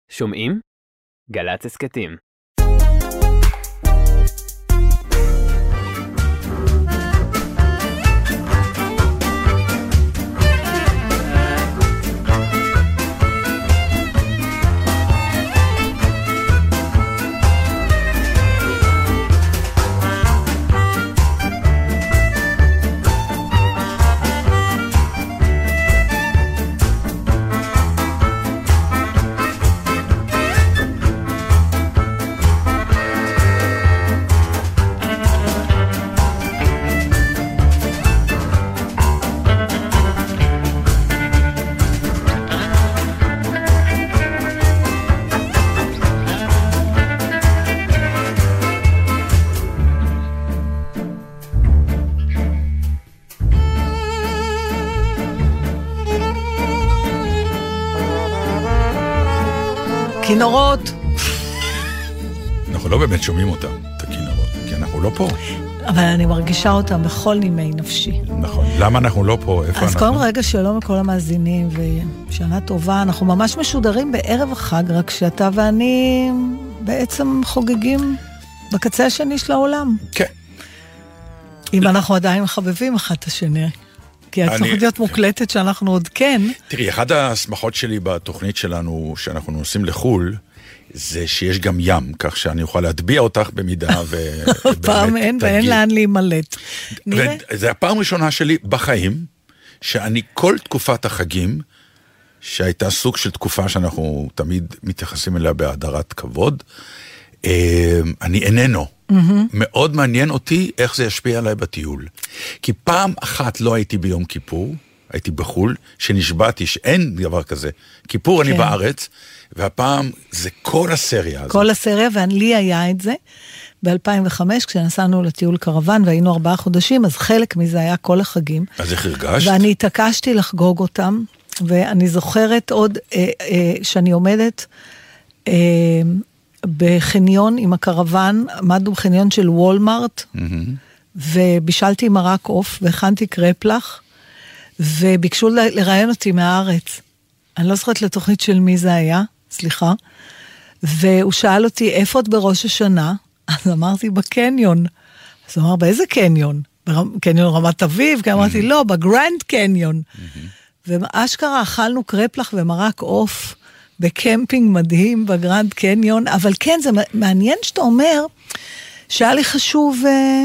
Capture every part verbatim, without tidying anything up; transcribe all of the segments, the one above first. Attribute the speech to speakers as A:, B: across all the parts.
A: שומעים? גל"צ הסכתים.
B: כינורות.
C: אנחנו לא באמת שומעים אותם, את הכינורות, כי אנחנו לא פה.
B: אבל אני מרגישה אותם בכל נימי נפשי.
C: נכון. למה אנחנו לא פה? איפה
B: אז
C: אנחנו?
B: כל רגע שלום לכל המאזינים, ושנה טובה, אנחנו ממש משודרים בערב החג, רק שאתה ואני בעצם חוגגים בקצה השני של העולם.
C: כן.
B: אם אנחנו עדיין מחבבים אחד את השני. כי את צריכה להיות מוקלטת שאנחנו עוד כן.
C: תראי, אחד השמחות שלי בתוכנית שלנו, שאנחנו נוסעים לחול, זה שיש גם ים, כך שאני אוכל להטביע אותך במידה ו...
B: פעם אין, ואין לאן להימלט. נראה.
C: זה הפעם הראשונה שלי בחיים, שאני כל תקופת החגים, שהייתה סוג של תקופה שאנחנו תמיד מתייחסים אליה בהדרת כבוד, אני איננו. מאוד מעניין אותי איך זה ישפיע עליי בטיול. כי פעם אחת לא הייתי ביום כיפור, הייתי בחול, שנשבעתי שאין דבר כזה. כיפור אני בארץ, והפעם זה כל הסריה הזאת.
B: כל הסריה, ולי היה את זה. ב-אלפיים וחמש, כשנסענו לטיול קרוון, והיינו ארבעה חודשים, אז חלק מזה היה כל החגים.
C: אז איך הרגשת?
B: ואני התעקשתי לחגוג אותם, ואני זוכרת עוד אה, אה, שאני עומדת אה, בחניון עם הקרוון, עמדנו בחניון של וולמארט, mm-hmm. ובישלתי מרק עוף, והכנתי קרפלח, וביקשו לראיין אותי מהארץ. אני לא זוכרת לתוכנית של מי זה היה, סליחה, והוא שאל אותי, איפה את בראש השנה? אז אמרתי, בקניון. אז הוא אמר, באיזה קניון? בקניון רמת אביב? כי אמרתי, לא, בגרנד קניון. ואשכרה אכלנו קרפלח ומרק עוף, בקמפינג מדהים, בגרנד קניון, אבל כן, זה מעניין שאתה אומר, שהיה לי חשוב...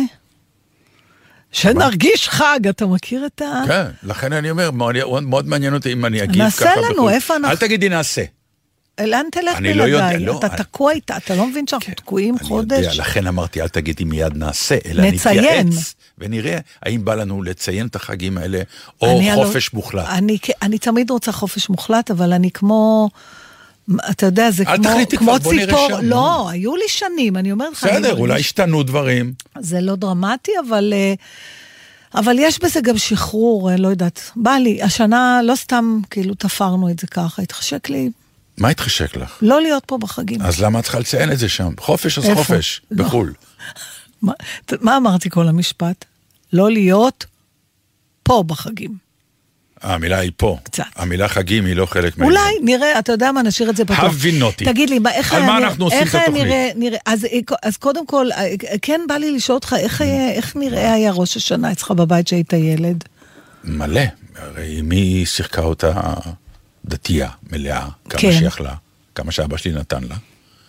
B: שנרגיש חג, אתה מכיר את ה...
C: כן, לכן אני אומר, מאוד מעניין אותי אם אני אגיב ככה.
B: נעשה לנו, איפה אנחנו...
C: אל תגידי נעשה.
B: לאן תלך בלעדיי? אתה תקוע איתה, אתה לא מבין שאנחנו תקועים חודש?
C: אני יודע, לכן אמרתי, אל תגידי מיד נעשה, אלא נתייעץ, ונראה האם בא לנו לציין את החגים האלה, או חופש מוחלט.
B: אני תמיד רוצה חופש מוחלט, אבל אני כמו... אתה יודע, זה כמו ציפור. לא, היו לי שנים, אני אומרת לך...
C: בסדר, אולי השתנו דברים.
B: זה לא דרמטי, אבל... אבל יש בזה גם שחרור, לא יודעת. בא לי, השנה לא סתם כאילו תפרנו את זה ככה, התחשק לי...
C: מה התחשק לך?
B: לא להיות פה בחגים.
C: אז למה את צריכה לציין את זה שם? חופש אז חופש, בחול.
B: מה אמרתי כל המשפט? לא להיות פה בחגים.
C: המילה היא פה.
B: קצת.
C: המילה חגים היא לא חלק מהעניין.
B: אולי, נראה, אתה יודע מה, נשאיר את זה פתוח.
C: הבינותי.
B: תגיד לי, איך
C: על מה אנחנו עושים את התוכנית?
B: נראה, נראה, אז, אז קודם כל, כן בא לי לשאול אותך, איך, איך נראה היה ראש השנה אצלך בבית שהיית ילד?
C: מלא. הרי מי שיחקה אותה דתייה, מלאה, כמה
B: כן.
C: שיחלה, כמה שאבא שלי נתן לה.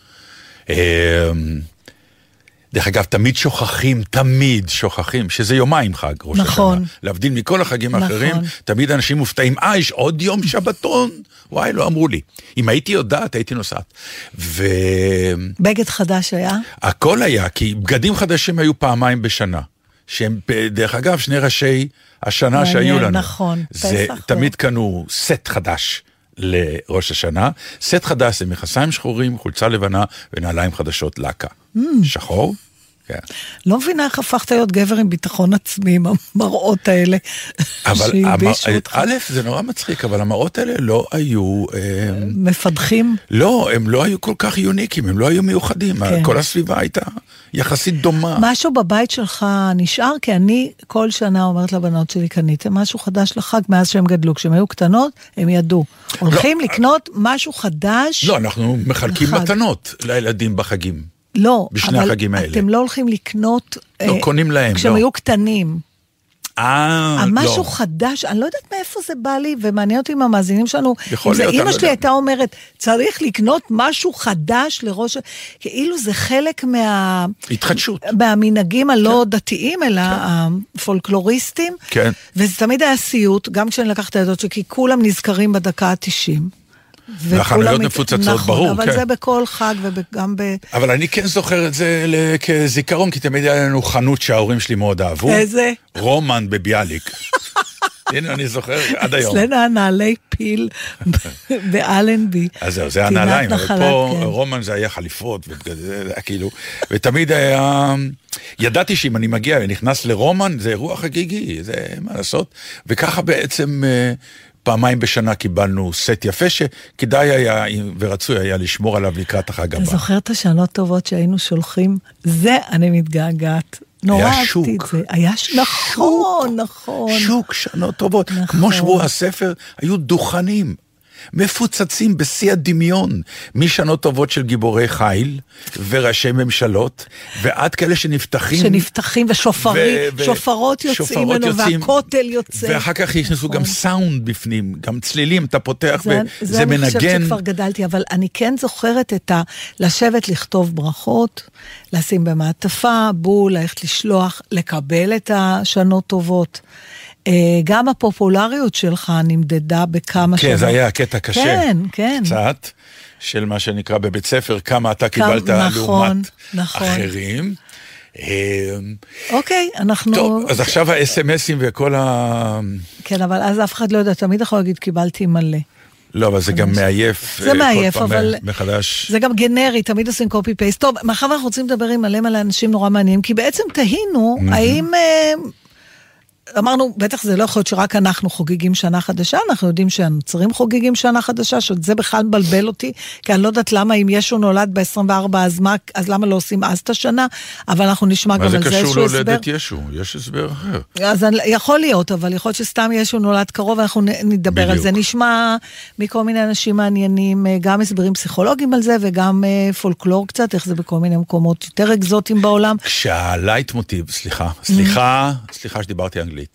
C: דרך אגב, תמיד שוכחים, תמיד שוכחים, שזה יומיים חג ראש
B: נכון.
C: השנה. להבדיל מכל החגים
B: נכון.
C: האחרים, תמיד אנשים מופתעים, אה, יש עוד יום שבתון? וואי, לא אמרו לי. אם הייתי יודעת, הייתי נוסעת. ו...
B: בגד חדש היה?
C: הכל היה, כי בגדים חדשים היו פעמיים בשנה. שהם, דרך אגב, שני ראשי השנה מעניין, שהיו לנו.
B: נכון.
C: זה תמיד קנו סט חדש לראש השנה. סט חדש זה מכסיים שחורים, חולצה לבנה ונעליים חדשות לקה. Mm. שחור, כן.
B: לא מבינה איך הפכת להיות גבר עם ביטחון עצמי, עם המראות האלה.
C: אבל א', זה נורא מצחיק, אבל המראות האלה לא היו...
B: מפדחים?
C: לא, הם לא היו כל כך יוניקים, הם לא היו מיוחדים. כל הסביבה הייתה יחסית דומה.
B: משהו בבית שלך נשאר, כי אני כל שנה אומרת לבנות שלי, קניתם משהו חדש לחג מאז שהם גדלו. כשהם היו קטנות, הם ידעו. הולכים לקנות משהו חדש.
C: לא, אנחנו מחלקים מתנות לילדים בחגים.
B: לא,
C: בשני
B: אבל
C: החגים האלה.
B: אתם לא הולכים לקנות...
C: לא, קונים להם,
B: כשהם
C: לא.
B: היו קטנים.
C: אה, לא.
B: משהו חדש, אני לא יודעת מאיפה זה בא לי, ומעניין אותי עם המאזינים שלנו.
C: יכול להיות,
B: אמא שלי הייתה אומרת, צריך לקנות משהו חדש לראש... כאילו זה חלק מה...
C: התחדשות.
B: מהמנהגים הלא דתיים, אלא הפולקלוריסטים.
C: כן.
B: וזה תמיד היה סיוט, גם כשאני לקחת את הדעות שלי, כי כולם נזכרים בדקה ה-תשעים.
C: והחנויות מפוצצות,
B: נכון,
C: ברור,
B: אבל
C: כן.
B: זה בכל חג וגם ב...
C: אבל אני כן זוכר את זה כזיכרון, כי תמיד היה לנו חנות שההורים שלי מאוד אהבו.
B: איזה?
C: רומן בביאליק. הנה, אני זוכר עד היום.
B: אצלנו הנעלי פיל באלנבי.
C: אז זהו, זה הנעליים, אבל פה רומן זה היה חליפות, וכאילו, ותמיד היה... ידעתי שאם אני מגיע ונכנס לרומן, זה אירוע חגיגי, זה מה לעשות, וככה בעצם... פעמיים בשנה קיבלנו סט יפה שכדאי היה ורצוי היה לשמור עליו לקראת החג הבא.
B: אתה זוכר את השנות טובות שהיינו שולחים? זה אני מתגעגעת. נורא אהבתי את זה. היה נכון, נכון.
C: שוק, שנות טובות. כמו שבוע הספר, היו דוכנים. מפוצצים בשיא הדמיון, משנות טובות של גיבורי חיל וראשי ממשלות, ועד כאלה שנפתחים
B: שנפתחים ושופרים, ו- שופרות יוצאים לנו, והכותל יוצא.
C: ואחר כך יכנסו גם סאונד בפנים, גם צלילים, אתה פותח
B: זה,
C: וזה
B: זה
C: מנגן.
B: אני חושבת שכבר גדלתי, אבל אני כן זוכרת את ה... לשבת לכתוב ברכות, לשים במעטפה, בול, ללכת לשלוח, לקבל את השנות טובות. גם הפופולריות שלך נמדדה בכמה שנים.
C: כן, זה היה קטע קשה.
B: כן, כן.
C: קצת, של מה שנקרא בבית ספר, כמה אתה קיבלת לעומת אחרים.
B: אוקיי, אנחנו...
C: טוב, אז עכשיו ה-אס אם אסים וכל ה...
B: כן, אבל אז אף אחד לא יודע, תמיד יכול להגיד, קיבלתי מלא.
C: לא, אבל זה גם מעייף.
B: זה מעייף, אבל...
C: מחדש.
B: זה גם גנרי, תמיד עושים קופי פייסט. טוב, מאחר אנחנו רוצים לדבר עם מלא מלא אנשים נורא מעניינים, כי בעצם תהינו, האם... אמרנו, בטח זה לא יכול להיות שרק אנחנו חוגגים שנה חדשה, אנחנו יודעים שהנוצרים חוגגים שנה חדשה, שזה בכלל מבלבל אותי, כי אני לא יודעת למה אם ישו נולד ב-עשרים וארבע, אז, מה, אז למה לא עושים אז את השנה, אבל אנחנו נשמע גם על זה איזשהו הסבר.
C: מה זה קשור להולדת ישו? יש הסבר אחר.
B: אז יכול להיות, אבל יכול להיות שסתם ישו נולד קרוב, אנחנו נדבר בדיוק. על זה. נשמע מכל מיני אנשים מעניינים, גם הסברים פסיכולוגיים על זה, וגם פולקלור קצת, איך זה בכל מיני מקומות יותר אקזוטיים בעולם.
C: כשהלייט מוטיב, סליחה, סליחה, סליחה שדיברתי אנגלית.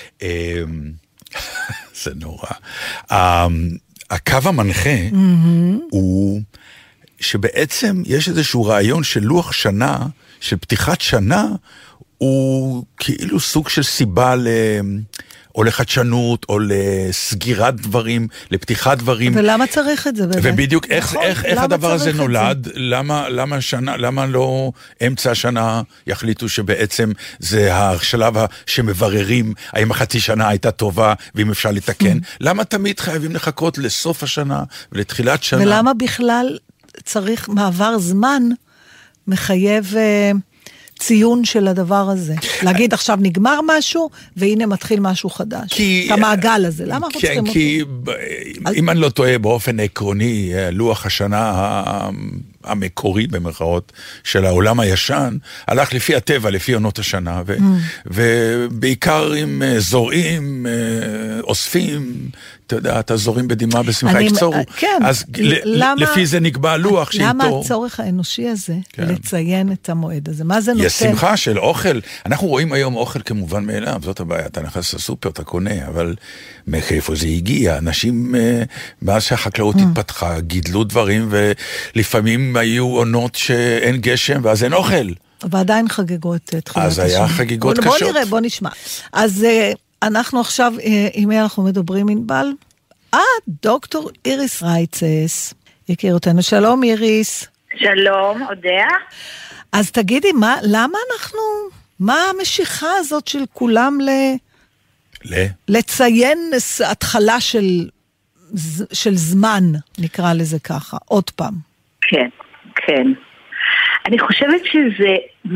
C: זה נורא. הקו המנחה הוא שבעצם יש איזשהו רעיון של לוח שנה, של פתיחת שנה, הוא כאילו סוג של סיבה ל... או לחדשנות, או לסגירת דברים, לפתיחת דברים.
B: ולמה צריך את זה? באמת?
C: ובדיוק, איך, איך, איך הדבר הזה נולד? למה, למה שנה, למה לא אמצע השנה יחליטו שבעצם זה השלב שמבררים האם החצי שנה הייתה טובה, ואם אפשר לתקן? למה תמיד חייבים לחכות לסוף השנה ולתחילת שנה?
B: ולמה בכלל צריך מעבר זמן מחייב... ציון של הדבר הזה. להגיד עכשיו נגמר משהו, והנה מתחיל משהו חדש.
C: כי...
B: את המעגל הזה. למה אנחנו צריכים אותו?
C: כי אם אני לא טועה באופן עקרוני, לוח השנה המקורי במרכאות של העולם הישן, הלך לפי הטבע, לפי עונות השנה, ובעיקר עם זורעים, אוספים, אתה יודע, אתה זורים בדמעה בשמחה יקצורו.
B: כן.
C: אז לפי זה נקבע לוח שאיתו...
B: למה הצורך האנושי הזה לציין את המועד הזה? מה זה נותן?
C: יש שמחה של אוכל. אנחנו רואים היום אוכל כמובן מאליו, זאת הבעיה. אתה נכנס לסופר, אתה קונה, אבל מאיפה זה הגיע? אנשים, מאז שהחקלאות התפתחה, גידלו דברים, ולפעמים היו עונות שאין גשם, ואז אין אוכל.
B: ועדיין חגגו את תחילת השנה.
C: אז היה חגיגות קשות.
B: בוא נראה, בוא נשמע. אז אנחנו עכשיו, עם מי אנחנו מדברים, ענבל? אה, דוקטור איריס רייצס. יכיר אותנו. שלום איריס.
D: שלום, אודיה.
B: אז תגידי, מה, למה אנחנו, מה המשיכה הזאת של כולם ל...
C: ל?
B: לציין התחלה של, של זמן, נקרא לזה ככה, עוד פעם.
D: כן, כן. אני חושבת שזה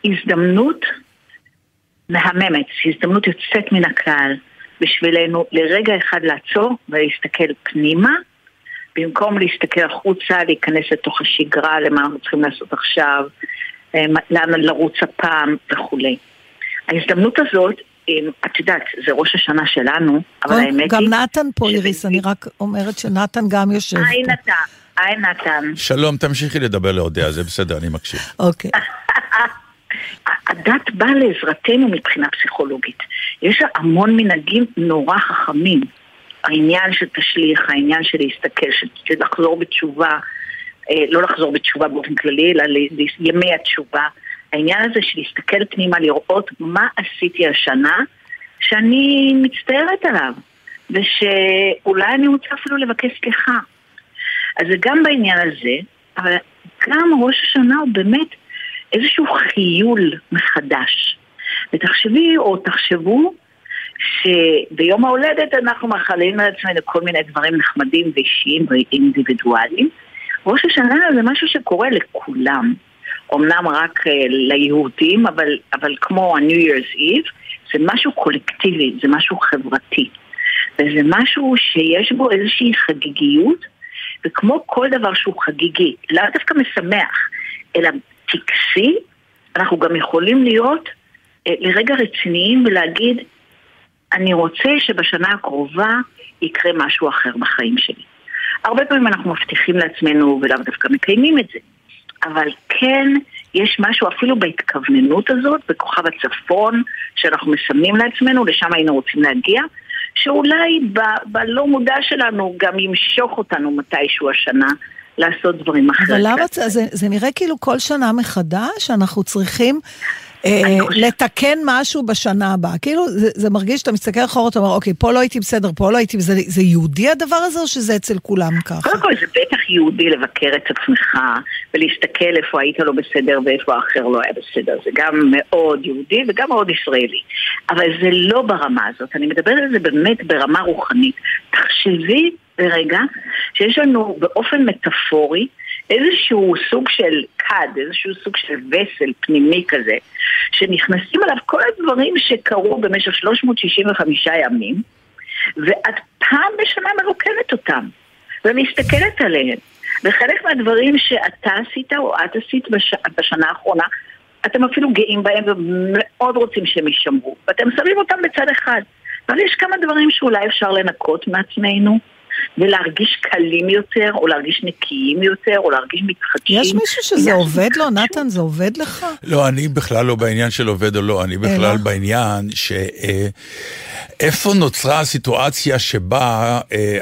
D: הזדמנות מהממת, הזדמנות יוצאת מן הכלל, בשבילנו לרגע אחד לעצור ולהסתכל פנימה, במקום להסתכל החוצה, להיכנס לתוך השגרה, למה אנחנו צריכים לעשות עכשיו, לאן לרוץ הפעם וכו'. ההזדמנות הזאת, את יודעת, זה ראש השנה שלנו, אבל האמת היא...
B: גם נתן פה, איריס, אני רק אומרת שנתן גם יושב פה.
D: היי נתן, היי נתן.
C: שלום, תמשיכי לדבר להודיה, זה בסדר, אני מקשיב.
B: אוקיי.
D: הדת באה לעזרתנו מבחינה פסיכולוגית. יש לה המון מנהגים נורא חכמים. העניין של תשליך, העניין של להסתכל, של לחזור בתשובה, לא לחזור בתשובה באופן כללי, אלא לימי התשובה. העניין הזה של להסתכל פנימה, לראות מה עשיתי השנה, שאני מצטערת עליו, ושאולי אני רוצה אפילו לבקש סליחה. אז זה גם בעניין הזה, אבל גם ראש השנה הוא באמת איזשהו חיול מחדש. ותחשבי או תחשבו שביום ההולדת אנחנו מאחלים לעצמנו כל מיני דברים נחמדים ואישיים ואינדיבידואליים. ראש השנה זה משהו שקורה לכולם. אמנם רק uh, ליהודים, אבל, אבל כמו ה-New Year's Eve, זה משהו קולקטיבי, זה משהו חברתי. וזה משהו שיש בו איזושהי חגיגיות, וכמו כל דבר שהוא חגיגי, לא דווקא משמח, אלא טקסי, אנחנו גם יכולים להיות uh, לרגע רציניים ולהגיד, אני רוצה שבשנה הקרובה יקרה משהו אחר בחיים שלי. הרבה פעמים אנחנו מבטיחים לעצמנו ולאו דווקא מקיימים את זה. אבל כן, יש משהו אפילו בהתכווננות הזאת, בכוכב הצפון, שאנחנו מסמנים לעצמנו, לשם היינו רוצים להגיע, שאולי ב- בלא מודע שלנו גם ימשוך אותנו מתישהו השנה, לעשות דברים אחרים.
B: אבל למה זה, זה נראה כאילו כל שנה מחדש, אנחנו צריכים אה, לתקן משהו בשנה הבאה. כאילו זה, זה מרגיש שאתה מסתכל אחורה, אתה אומר, אוקיי, פה לא הייתי בסדר, פה לא הייתי בסדר. זה יהודי הדבר הזה או שזה אצל כולם ככה?
D: קודם כל זה בטח יהודי לבקר את עצמך, ולהסתכל איפה היית לא בסדר ואיפה האחר לא היה בסדר. זה גם מאוד יהודי וגם מאוד ישראלי. אבל זה לא ברמה הזאת. אני מדברת על זה באמת ברמה רוחנית. תחשבי ברגע שיש לנו באופן מטאפורי איזשהו סוג של קד, איזשהו סוג של וסל פנימי כזה, שנכנסים עליו כל הדברים שקרו במשך שלוש מאות שישים וחמישה ימים, ואת פעם בשנה מרוקנת אותם, ומסתכלת עליהם. וחלק מהדברים שאתה עשית או את עשית בש... בשנה האחרונה, אתם אפילו גאים בהם ומאוד רוצים שהם יישמרו, ואתם שמים אותם בצד אחד. אבל יש כמה דברים שאולי אפשר לנקות מעצמנו, ולהרגיש קלים יותר, או להרגיש נקיים יותר, או להרגיש מתחדשים.
B: יש מישהו שזה עובד לו, נתן? זה עובד לך?
C: לא, אני בכלל לא בעניין של עובד או לא, אני בכלל בעניין שאיפה נוצרה הסיטואציה שבה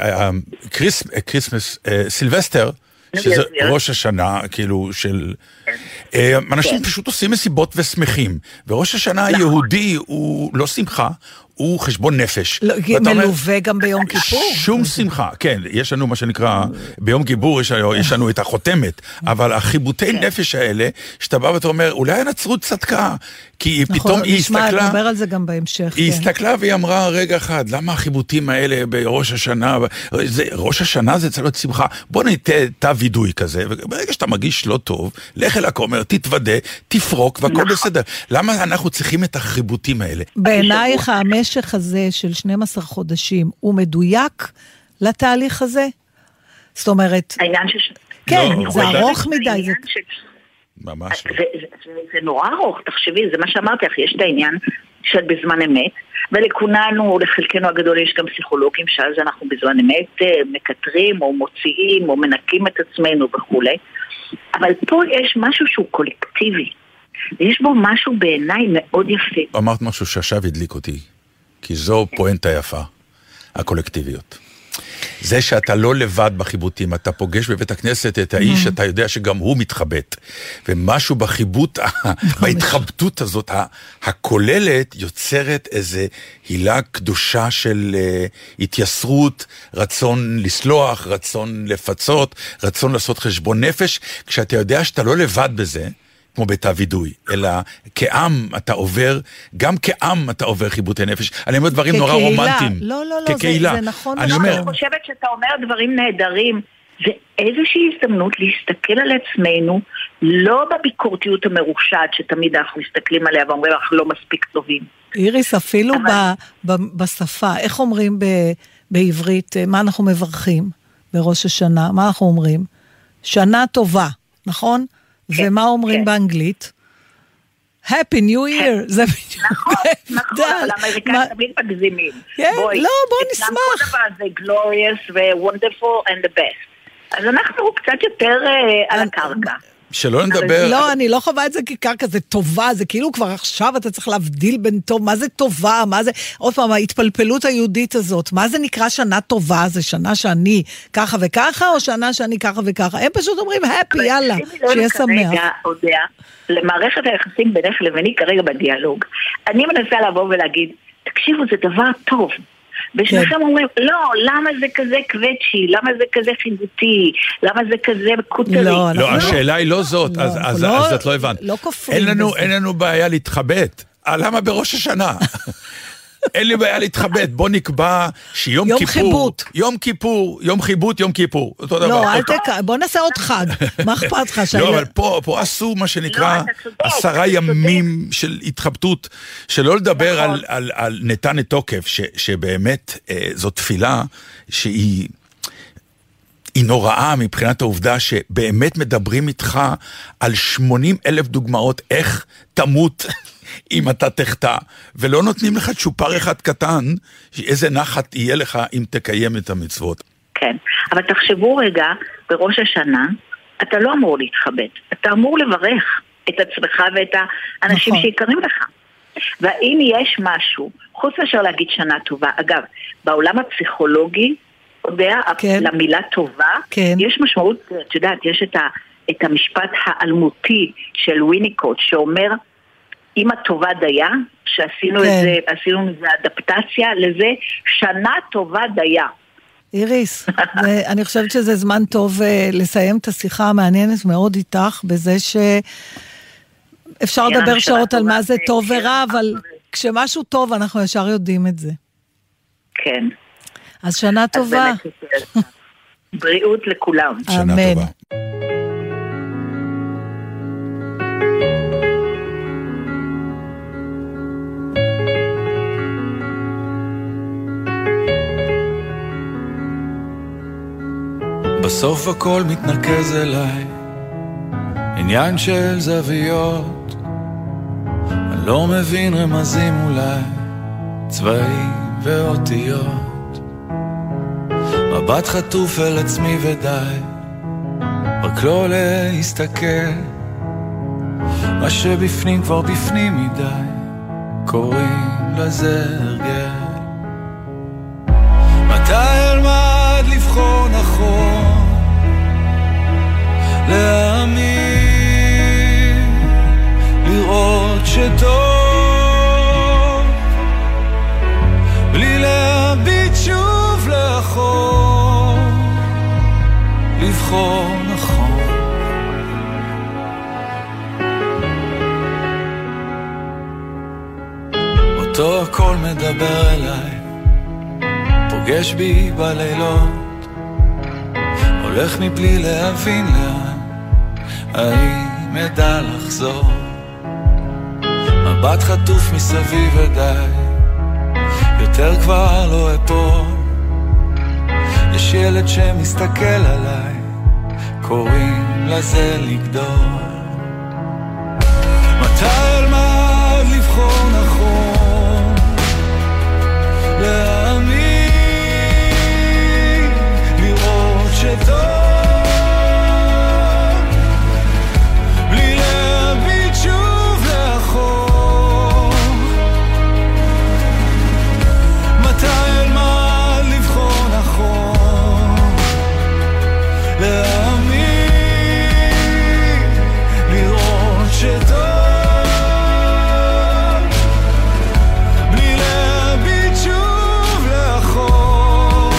C: קריסמס, סילבסטר, שזה ראש השנה, כאילו, של... אנשים פשוט עושים מסיבות ושמחים, וראש השנה היהודי הוא לא שמחה, הוא חשבון נפש.
B: מלווה גם ביום כיפור.
C: שום שמחה, כן, יש לנו מה שנקרא, ביום כיפור יש לנו את החותמת, אבל החיבוטי נפש האלה, שאתה בא ואתה אומר, אולי הנצרות צדקה, כי פתאום היא הסתכלה,
B: נדבר על זה גם בהמשך.
C: היא הסתכלה והיא אמרה, רגע אחד, למה החיבוטים האלה בראש השנה, ראש השנה זה צריך להיות שמחה, בוא ניתן תא וידוי כזה, וברגע שאתה מרגיש לא טוב, לך אל הכומר, תתוודה, תפרוק, והכל בסדר. למה אנחנו צריכים את החיבוטים האלה?
B: בעינייך המשך הזה של שנים עשר חודשים, הוא מדויק לתהליך הזה? זאת אומרת...
D: העניין של...
B: כן, זה ארוך מדי.
C: ממש לא.
D: זה נורא ארוך, תחשבי, זה מה שאמרתי לך, יש את העניין של בזמן אמת, ולכולנו, לחלקנו הגדול, יש גם פסיכולוגים, שאז אנחנו בזמן אמת מקטרים, או מוציאים, או מנקים את עצמנו וכו'. אבל פה יש משהו שהוא קולקטיבי. יש בו משהו בעיניי מאוד יפה.
C: אמרת משהו שעכשיו הדליק אותי, כי זו פואנטה יפה, הקולקטיביות. זה שאתה לא לבד בחיבוטים, אתה פוגש בבית הכנסת את האיש, אתה יודע שגם הוא מתחבט. ומשהו בחיבוט, בהתחבטות הזאת, הכוללת יוצרת איזו הילה קדושה של התייסרות, רצון לסלוח, רצון לפצות, רצון לעשות חשבון נפש, כשאתה יודע שאתה לא לבד בזה, כמו בתא וידוי, אלא כעם אתה עובר, גם כעם אתה עובר חיבוטי נפש. אני אומר דברים נורא רומנטיים.
B: לא, לא, לא, זה, זה נכון.
D: אני אומר, חושבת שאתה אומר דברים נהדרים, זה איזושהי הזדמנות להסתכל על עצמנו לא בביקורתיות המרושעת שתמיד אנחנו מסתכלים עליה ואומרים אנחנו לא מספיק טובים.
B: איריס, אפילו
D: אבל...
B: ב, ב, בשפה, איך אומרים ב, בעברית, מה אנחנו מברכים בראש השנה, מה אנחנו אומרים? שנה טובה, נכון? כן, ומה אומרים כן. באנגלית? Happy New Year, זה בדיוק.
D: נכון, נכון, אבל האמריקאים תמיד מגזימים.
B: לא, בוא נשמח.
D: זה glorious ו-wonderful and the best. אז אנחנו קצת יותר על הקרקע.
C: שלא נדבר...
B: לא, אני לא חווה את זה כקרקע, זה טובה, זה כאילו כבר עכשיו אתה צריך להבדיל בין טוב, מה זה טובה, מה זה... עוד פעם, ההתפלפלות היהודית הזאת, מה זה נקרא שנה טובה? זה שנה שאני ככה וככה, או שנה שאני ככה וככה? הם פשוט אומרים, הפי, יאללה, שיהיה שמח.
D: למערכת היחסים בינך לביני כרגע בדיאלוג, אני מנסה לבוא ולהגיד, תקשיבו, זה דבר טוב. ושניכם אומרים, לא, למה זה כזה קווצ'י, למה זה כזה חידותי, למה זה כזה קוטרי.
C: לא, השאלה היא לא זאת, אז את לא הבנת.
B: לא כופרים בזה.
C: אין לנו בעיה להתחבט. למה בראש השנה? אין לי בעיה להתחבט, בוא נקבע שיום
B: יום
C: כיפור,
B: חיבוט.
C: יום כיפור, יום חיבוט, יום כיפור, אותו דבר.
B: לא, אל תקע, בוא נעשה עוד חג, מה אכפת לך?
C: לא, אבל פה, פה עשו מה שנקרא עשרה ימים של התחבטות, שלא לדבר על, על, על נתן תוקף, ש, שבאמת אה, זו תפילה שהיא... היא נוראה מבחינת העובדה שבאמת מדברים איתך על שמונים אלף דוגמאות איך תמות אם אתה תחטא, ולא נותנים לך צ'ופר אחד קטן, איזה נחת יהיה לך אם תקיים את המצוות.
D: כן, אבל תחשבו רגע, בראש השנה, אתה לא אמור להתחבט, אתה אמור לברך את עצמך ואת האנשים נכון. שיקרים לך. והאם יש משהו, חוץ מאשר להגיד שנה טובה, אגב, בעולם הפסיכולוגי, יודע, כן. למילה טובה, כן. יש משמעות, את יודעת, יש את, ה, את המשפט האלמותי של ויניקוט, שאומר, אם הטובה דייה, שעשינו כן. את זה, עשינו איזו אדפטציה לזה, שנה טובה דייה.
B: איריס, אני חושבת שזה זמן טוב לסיים את השיחה המעניינת מאוד איתך, בזה שאפשר לדבר שעות על מה זה טוב ורע, אבל כשמשהו טוב אנחנו ישר יודעים את זה.
D: כן.
B: אז שנה טובה.
D: בריאות לכולם.
C: שנה טובה.
E: בסוף הכל מתנקז אליי, עניין של זוויות, אני לא מבין רמזים אולי, צבעים ואותיות, מבט חטוף אל עצמי ודי, רק לא להסתכל, מה שבפנים כבר בפנים מדי, קוראים לזה הרגל. מתי אלמד לבחור נכון, להאמין, לראות שטוב, בלי להביט שוב לאחור, לבחור נכון. אותו הכל מדבר אליי, פוגש בי בלילות, הולך מבלי להבין לאן, האם אדע לחזור, מבט חטוף מסביב ודי, יותר כבר לא אפול, יש ילד שמסתכל עליי, קוראים לזה לגדול. מתי אלמד לבחור נכון, להאמין, לראות שטוב, בלי להביט שוב לאחור. מתי אלמד לבחור נכון, להאמין, לראות שטוב, בלי להביט שוב לאחור.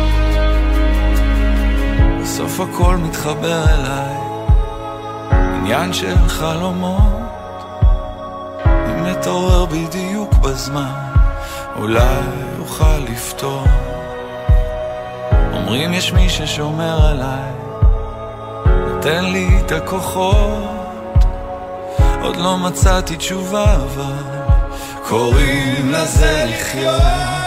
E: בסוף הכל מתחבר אליי, עניין של חלומות, אם מתעורר בדיוק בזמן, אולי אוכל לפתור. אומרים יש מי ששומר עליי, תן לי את הכוחות, עוד לא מצאתי תשובה, אבל קוראים לזה לחיות.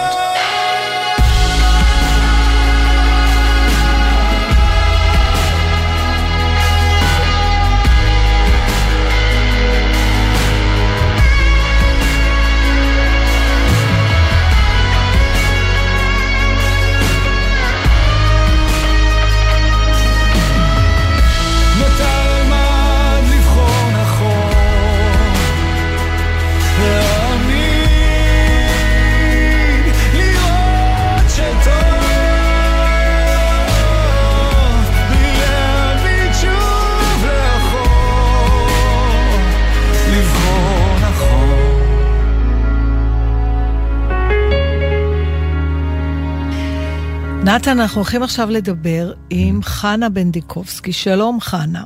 B: נתן, אנחנו הולכים עכשיו לדבר עם חנה בנדיקובסקי. שלום חנה.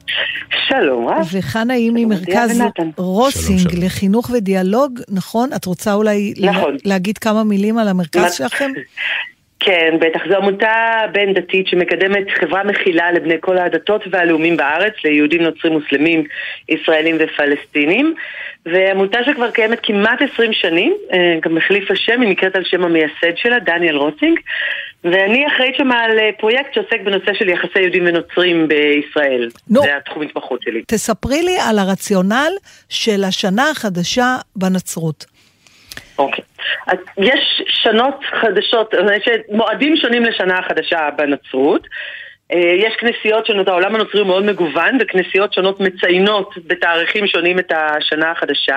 F: שלום רב.
B: וחנה היא ממרכז רוסינג לחינוך ודיאלוג, נכון? את רוצה אולי
F: נכון.
B: להגיד כמה מילים על המרכז שלכם?
F: כן, בטח. זו עמותה בין דתית שמקדמת חברה מכילה לבני כל הדתות והלאומים בארץ, ליהודים, נוצרים, מוסלמים, ישראלים ופלסטינים. ועמותה שכבר קיימת כמעט עשרים שנים, גם מחליף השם, היא נקראת על שם המייסד שלה, דניאל רוסינג. ואני אחראית שם על פרויקט שעוסק בנושא של יחסי יהודים ונוצרים בישראל. נו, זה התחום התמחות שלי.
B: תספרי לי על הרציונל של השנה החדשה בנצרות.
F: אוקיי. אז יש שנות חדשות, יש מועדים שונים לשנה החדשה בנצרות. יש כנסיות שונות, העולם הנוצרי הוא מאוד מגוון, וכנסיות שונות מציינות בתאריכים שונים את השנה החדשה.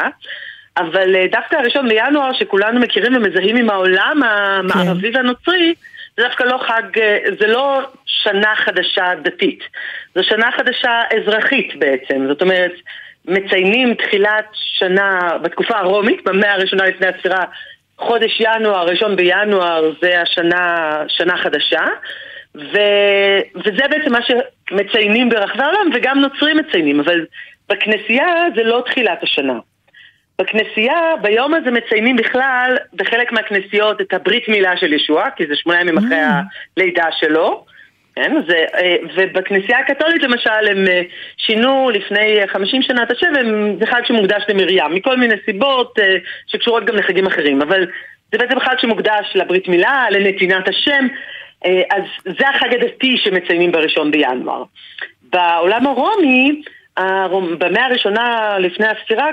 F: אבל דווקא הראשון בינואר, שכולנו מכירים ומזהים עם העולם המערבי והנוצרי, זה דווקא לא חג, זה לא שנה חדשה דתית. זו שנה חדשה אזרחית בעצם. זאת אומרת, מציינים תחילת שנה בתקופה הרומית, במאה הראשונה לפני הספירה, חודש ינואר, ראשון בינואר, זה השנה, שנה חדשה. ו... וזה בעצם מה שמציינים ברחבי העולם, וגם נוצרים מציינים. אבל בכנסייה זה לא תחילת השנה. בכנסייה, ביום הזה מציינים בכלל, בחלק מהכנסיות, את הברית מילה של ישוע, כי זה שמונה ימים אחרי הלידה שלו. כן? זה, ובכנסייה הקתולית למשל, הם שינו לפני חמישים שנה את השם, זה חג שמוקדש למרים, מכל מיני סיבות שקשורות גם לחגים אחרים. אבל זה בעצם חג שמוקדש לברית מילה, לנתינת השם, אז זה החג הדתי שמציינים בראשון בינואר. בעולם הרומי, במאה הראשונה לפני הספירה,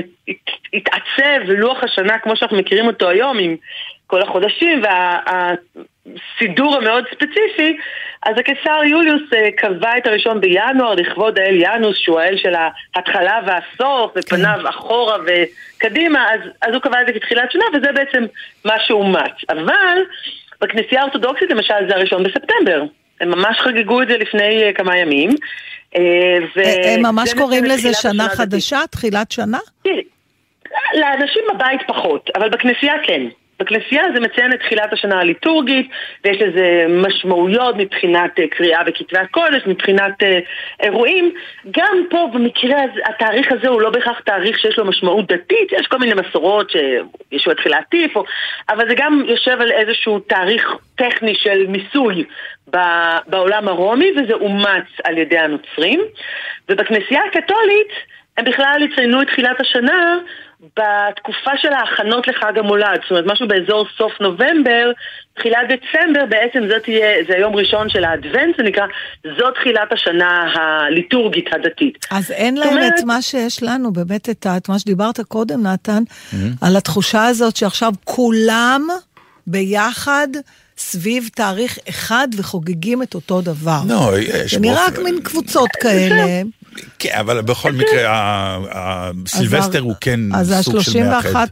F: כשהתעצב לוח השנה כמו שאנחנו מכירים אותו היום, עם כל החודשים והסידור המאוד ספציפי, אז הקיסר יוליוס קבע את הראשון בינואר לכבוד האל ינוס, שהוא האל של ההתחלה והסוף, ופניו אחורה וקדימה, אז, אז הוא קבע את זה כתחילת שנה, וזה בעצם מה שאומץ. אבל בכנסייה האורתודוקסית למשל זה הראשון בספטמבר, הם ממש חגגו את זה לפני כמה ימים.
B: הם ממש קוראים לזה שנה חדשה, תחילת שנה?
F: לאנשים בבית פחות, אבל בכנסייה כן. בכנסייה זה מציין את תחילת השנה הליטורגית, ויש לזה משמעויות מבחינת קריאה בכתבי הקודש, מבחינת אירועים. גם פה במקרה הזה, התאריך הזה הוא לא בהכרח תאריך שיש לו משמעות דתית, יש כל מיני מסורות שישוע התחיל להטיף, אבל זה גם יושב על איזשהו תאריך טכני של מיסוי בעולם הרומי, וזה אומץ על ידי הנוצרים. ובכנסייה הקתולית הם בכלל יציינו את תחילת השנה בתקופה של ההכנות לחג המולד, זאת אומרת משהו באזור סוף נובמבר, תחילת דצמבר, בעצם זה תהיה, זה היום ראשון של האדוונט, זה נקרא, זו תחילת השנה הליטורגית הדתית.
B: אז אין להם אומרת, את מה שיש לנו, באמת את, את מה שדיברת קודם, נתן, mm-hmm. על התחושה הזאת שעכשיו כולם ביחד סביב תאריך אחד וחוגגים את אותו דבר.
C: לא, יש.
B: זה נראה רק מין קבוצות כאלה.
C: כן, אבל בכל מקרה, הסילבסטר הוא כן סוג של מאחד.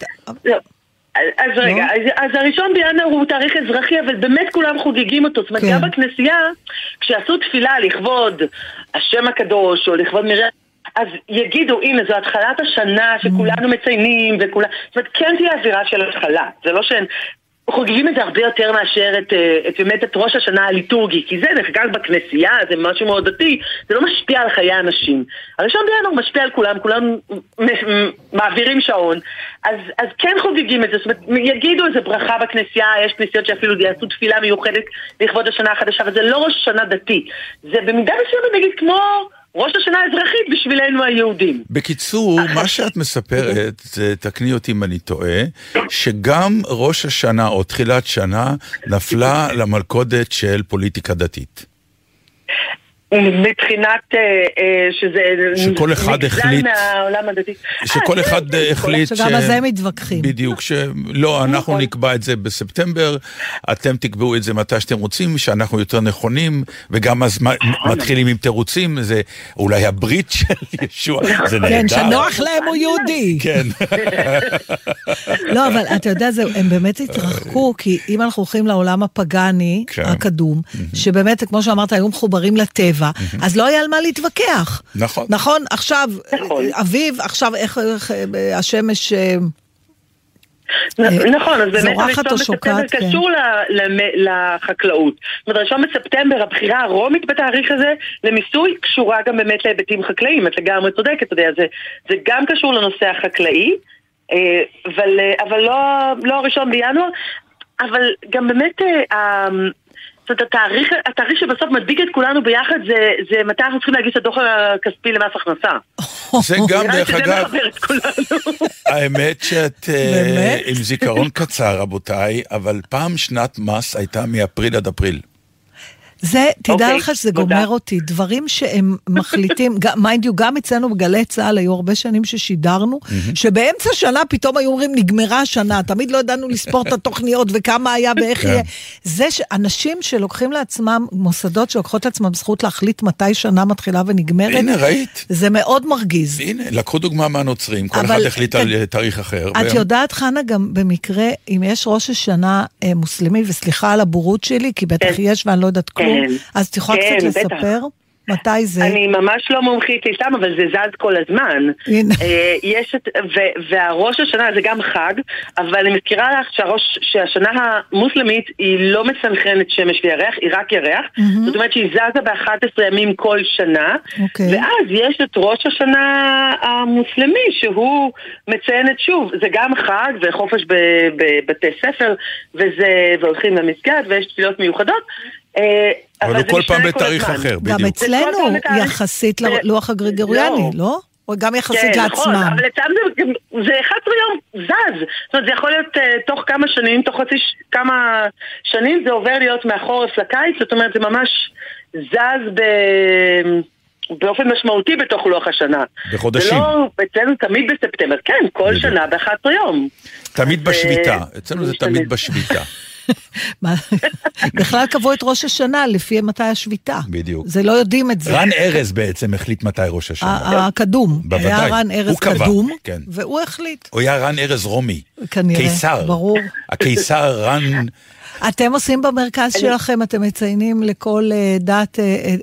F: אז רגע, אז הראשון בינואר הוא תאריך אזרחי, אבל באמת כולם חוגגים אותו. זאת אומרת, גם בכנסייה, כשעשו תפילה לכבוד השם הקדוש, או לכבוד מרים, אז יגידו, הנה, זו התחלת השנה שכולנו מציינים, וכולם, זאת אומרת, כן תהיה אווירה של התחלה. זה לא שהן חוגגים את זה הרבה יותר מאשר את, את באמת את ראש השנה הליטורגי, כי זה נחגג בכנסייה, זה משהו מאוד דתי, זה לא משפיע על חיי האנשים. הראשון בינואר משפיע על כולם, כולם מעבירים שעון, אז, אז כן חוגגים את זה, זאת אומרת, יגידו איזה ברכה בכנסייה, יש כנסיות שאפילו יעשו תפילה מיוחדת לכבוד השנה החדשה, אבל זה לא ראש השנה דתי, זה במידה מסוימת נגיד כמו ראש השנה האזרחית בשבילנו היהודים.
C: בקיצור, מה שאת מספרת, תקני אותי אם אני טועה, שגם ראש השנה או תחילת שנה נפלה למלכודת של פוליטיקה דתית.
F: מבחינת שזה
C: שכל אחד החליט
F: מהעולם הדתי.
C: שכל אחד החליט
B: שגם על זה מתווכחים.
C: בדיוק, שלא, אנחנו נקבע את זה בספטמבר, אתם תקבעו את זה מתי שאתם רוצים, שאנחנו יותר נכונים, וגם אז מתחילים עם תירוצים, זה אולי הברית של ישוע, זה נהדר.
B: כן, שנוח להם הוא יהודי.
C: כן.
B: לא, אבל אתה יודע, הם באמת התרחקו, כי אם אנחנו הולכים לעולם הפגני, הקדום, שבאמת, כמו שאמרת, היו מחוברים לטבע, אז לא היה על מה להתווכח.
C: נכון.
B: נכון, עכשיו, אביב, עכשיו איך השמש
F: נכון, אז באמת
B: זורחת או שוקעת,
F: זה קשור לחקלאות. זאת אומרת, ראשון בספטמבר, הבחירה הרומית בתאריך הזה למיסוי קשורה גם באמת להיבטים חקלאיים. את לגמרי צודקת, אתה יודע, זה גם קשור לנושא החקלאי, אבל לא הראשון בינואר, אבל גם באמת זאת אומרת, התאריך, התאריך שבסוף מדביק את כולנו ביחד זה, זה מתי אנחנו צריכים להגיש את הדוח הכספי למס הכנסה.
C: זה גם דרך אגב, האמת שאת עם זיכרון קצר רבותיי, אבל פעם שנת מס הייתה מאפריל עד אפריל.
B: זה, תדע לך שזה גומר אותי, דברים שהם מחליטים, מיינד יו, גם אצלנו בגלי צהל היו הרבה שנים ששידרנו, שבאמצע שנה פתאום היו אומרים נגמרה השנה, תמיד לא ידענו לספור את התוכניות וכמה היה ואיך יהיה. זה שאנשים שלוקחים לעצמם, מוסדות שלוקחות לעצמם זכות להחליט מתי שנה מתחילה ונגמרת,
C: הנה ראית.
B: זה מאוד מרגיז.
C: הנה, לקחו דוגמה מהנוצרים, כל אחד החליט על תאריך אחר.
B: את יודעת חנה גם במקרה, אם יש ראש השנה מוסלמי, וסליחה על הבורות שלי, כי בטח יש ואני לא יודעת כלום, אז את יכולה קצת לספר מתי זה?
F: אני ממש לא מומחית איסלאם, אבל זה זז כל הזמן. יש את, והראש השנה זה גם חג, אבל אני מזכירה לך שהשנה המוסלמית היא לא מסנכרנת שמש וירח, היא רק ירח, זאת אומרת שהיא זזה ב-אחד עשר ימים כל שנה, ואז יש את ראש השנה המוסלמי שהוא מציינת שוב, זה גם חג וחופש בבתי ספר, והולכים למסגד ויש תפילות מיוחדות,
C: אבל הוא כל פעם בתאריך אחר, בדיוק.
B: גם אצלנו יחסית ללוח הגרגוריאני, לא? או גם יחסית לעצמם.
F: אבל אצלנו זה אחד עשר יום זז. זאת אומרת, זה יכול להיות תוך כמה שנים, תוך חצי כמה שנים, זה עובר להיות מהחורף לקיץ, זאת אומרת, זה ממש זז באופן משמעותי בתוך לוח השנה.
C: בחודשים.
F: זה לא, אצלנו תמיד בספטמבר, כן, כל שנה באחד עשר יום.
C: תמיד בשביתה, אצלנו זה תמיד בשביתה.
B: בכלל קבעו את ראש השנה לפי מתי השביתה.
C: בדיוק.
B: זה לא יודעים את זה.
C: רן ארז בעצם החליט מתי ראש השנה.
B: הקדום.
C: בוודאי.
B: היה רן ארז קדום,
C: כן.
B: והוא החליט.
C: הוא היה רן ארז רומי.
B: כנראה.
C: קיסר.
B: ברור.
C: הקיסר רן...
B: אתם עושים במרכז שלכם, אתם מציינים לכל דת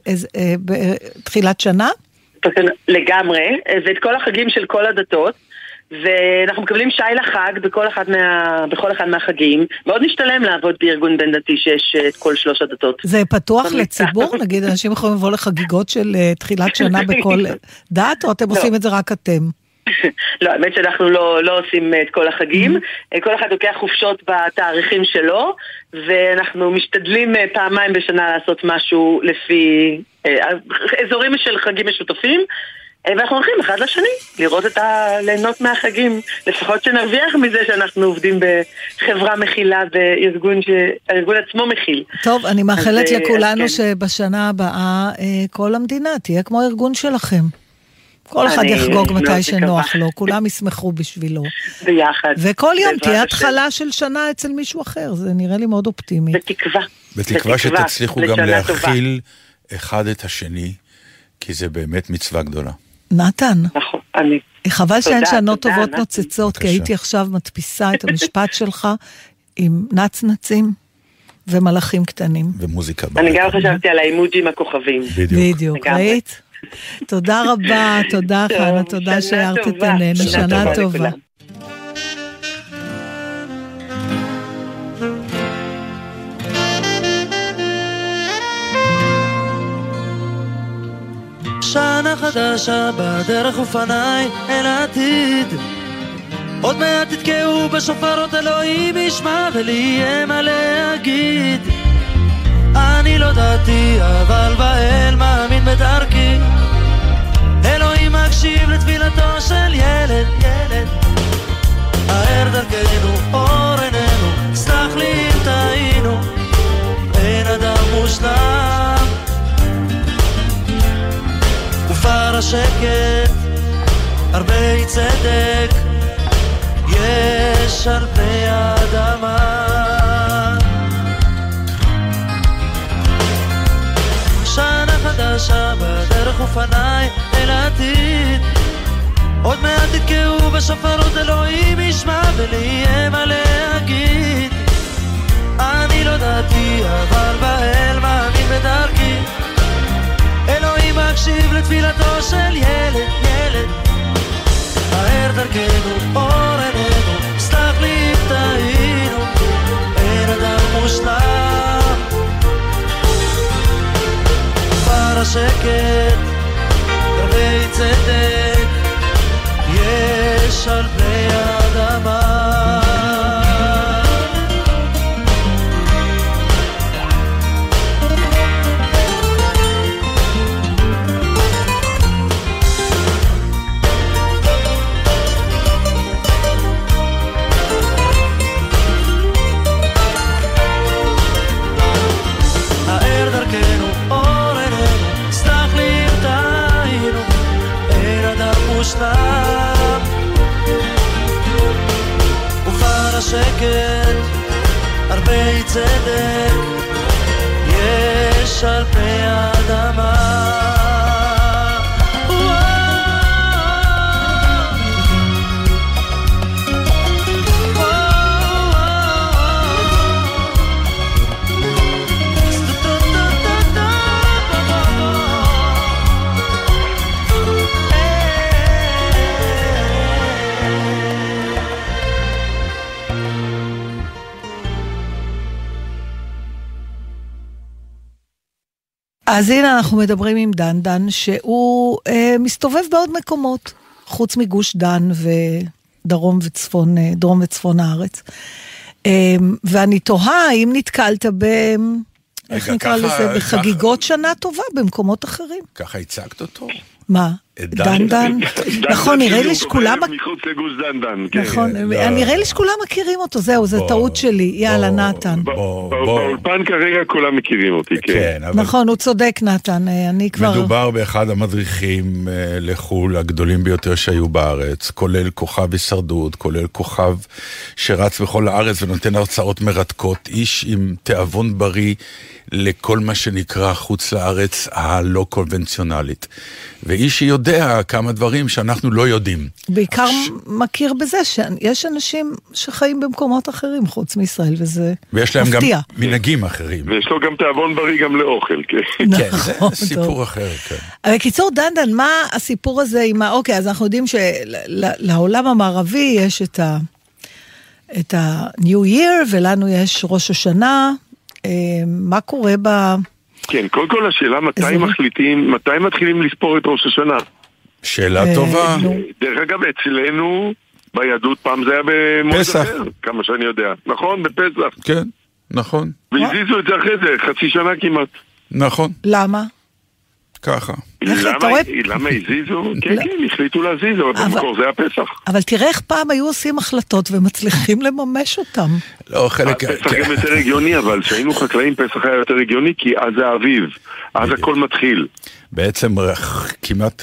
B: תחילת שנה?
F: לגמרי, ואת כל החגים של כל הדתות. ואנחנו מקבלים שי לחג בכל אחד, מה, בכל אחד מהחגים. מאוד נשתלם לעבוד בארגון בין דתי שיש את כל שלוש הדתות.
B: זה פתוח לציבור? נגיד, אנשים יכולים לבוא לחגיגות של תחילת שנה בכל דת, או אתם עושים את זה רק אתם?
F: לא, האמת שאנחנו לא, לא עושים את כל החגים. כל אחד לוקח חופשות בתאריכים שלו, ואנחנו משתדלים פעמיים בשנה לעשות משהו לפי אזורים של חגים משותפים. ואנחנו הולכים אחד לשני, לראות את הליהנות מהחגים, לפחות שנרוויח מזה שאנחנו עובדים בחברה מכילה, בארגון שהארגון עצמו מכיל.
B: טוב, אני מאחלת לכולנו שבשנה הבאה כל המדינה תהיה כמו הארגון שלכם. כל אחד יחגוג מתי שנוח לו, כולם ישמחו בשבילו.
F: ביחד.
B: וכל יום תהיה התחלה של שנה אצל מישהו אחר, זה נראה לי מאוד אופטימי.
F: בתקווה.
C: בתקווה שתצליחו גם להכיל אחד את השני, כי זה באמת מצווה גדולה.
B: נתן,
F: נכון, אני.
B: חבל שאין שנות טובות נוצצות, כי הייתי עכשיו מדפיסה את המשפט שלך עם נצנצים ומלאכים קטנים.
C: ומוזיקה.
F: אני גם חשבתי על האימוג'ים הכוכבים.
B: בדיוק, ראית? תודה רבה, תודה חנה, תודה שהארת את עינינו, שנה טובה.
G: שנה חדשה בדרך ופניי אל העתיד, עוד מעט תתקעו בשופרות, אלוהים ישמע ולי יהיה מה להגיד. אני לא דעתי אבל באל מאמין בדרכי, אלוהים מקשיב לתפילתו של ילד, ילד. האר דרכנו, אור עינינו, סלח לי אם טעינו, אין אדם מושלם. ופר השקט, הרבה צדק, יש על פני האדמה. שנה חדשה בדרך ופניי אל העתיד, עוד מעט תתקעו בשופרות, אלוהים ישמע ולי יהיה מה להגיד. אני לא דעתי אבל באל מאמין בדרכי, אלוהים מקשיב לתפילתו של ילד, ילד. האר דרכנו, אור עינינו, סלח לי אם טעינו, אין אדם מושלם. כבר השקט, הרבה צדק, יש על פני האדמה. ופר השקט, הרבה צדק, יש על פני האדמה.
B: אז הנה אנחנו מדברים עם דן דן, שהוא אה, מסתובב בעוד מקומות, חוץ מגוש דן ודרום וצפון, אה, דרום וצפון הארץ. אה, ואני תוהה, האם נתקלת ב... איך נקרא לזה? בחגיגות שנה טובה במקומות אחרים.
C: ככה הצגת אותו?
B: מה? דן דן? נכון, נראה לי שכולם...
H: מחוץ לגוש דן דן.
B: נכון, נראה לי שכולם מכירים אותו, זהו, זה טעות שלי. יאללה, נתן.
H: באולפן כרגע כולם מכירים אותי, כן.
B: נכון, הוא צודק, נתן, אני כבר...
C: מדובר באחד המדריכים לחול הגדולים ביותר שהיו בארץ, כולל כוכב הישרדות, כולל כוכב שרץ בכל הארץ ונותן הרצאות מרתקות, איש עם תיאבון בריא לכל מה שנקרא חוץ לארץ הלא קונבנציונלית. ואיש שיודע כמה דברים שאנחנו לא יודעים.
B: בעיקר ש... מכיר בזה שיש אנשים שחיים במקומות אחרים חוץ מישראל, וזה מפתיע.
C: ויש להם מפתיע. גם מנהגים אחרים.
H: ויש לו גם תיאבון בריא גם לאוכל, כן.
C: נכון, כן, זה סיפור טוב. אחר, כן.
B: בקיצור, דן, מה הסיפור הזה עם ה... אוקיי, אז אנחנו יודעים שלעולם המערבי יש את ה... את ה-New Year, ולנו יש ראש השנה. מה קורה ב...
H: כן, קודם כל השאלה מתי מחליטים, מתי מתחילים לספור את ראש השנה?
C: שאלה טובה.
H: דרך אגב, אצלנו ביהדות פעם זה היה במועד אחר, כמה שאני יודע. נכון, בפסח.
C: כן, נכון.
H: והזיזו את זה אחרי זה, חצי שנה כמעט.
C: נכון.
B: למה?
C: ככה.
H: למה הזיזו? כן, כן, החליטו להזיז, אבל במקור זה היה פסח.
B: אבל תראה איך פעם היו עושים החלטות ומצליחים לממש אותם.
C: לא, חלק...
H: פסח גם יותר הגיוני, אבל שהיינו חקלאים פסח היה יותר הגיוני, כי אז זה האביב, אז הכל מתחיל.
C: בעצם כמעט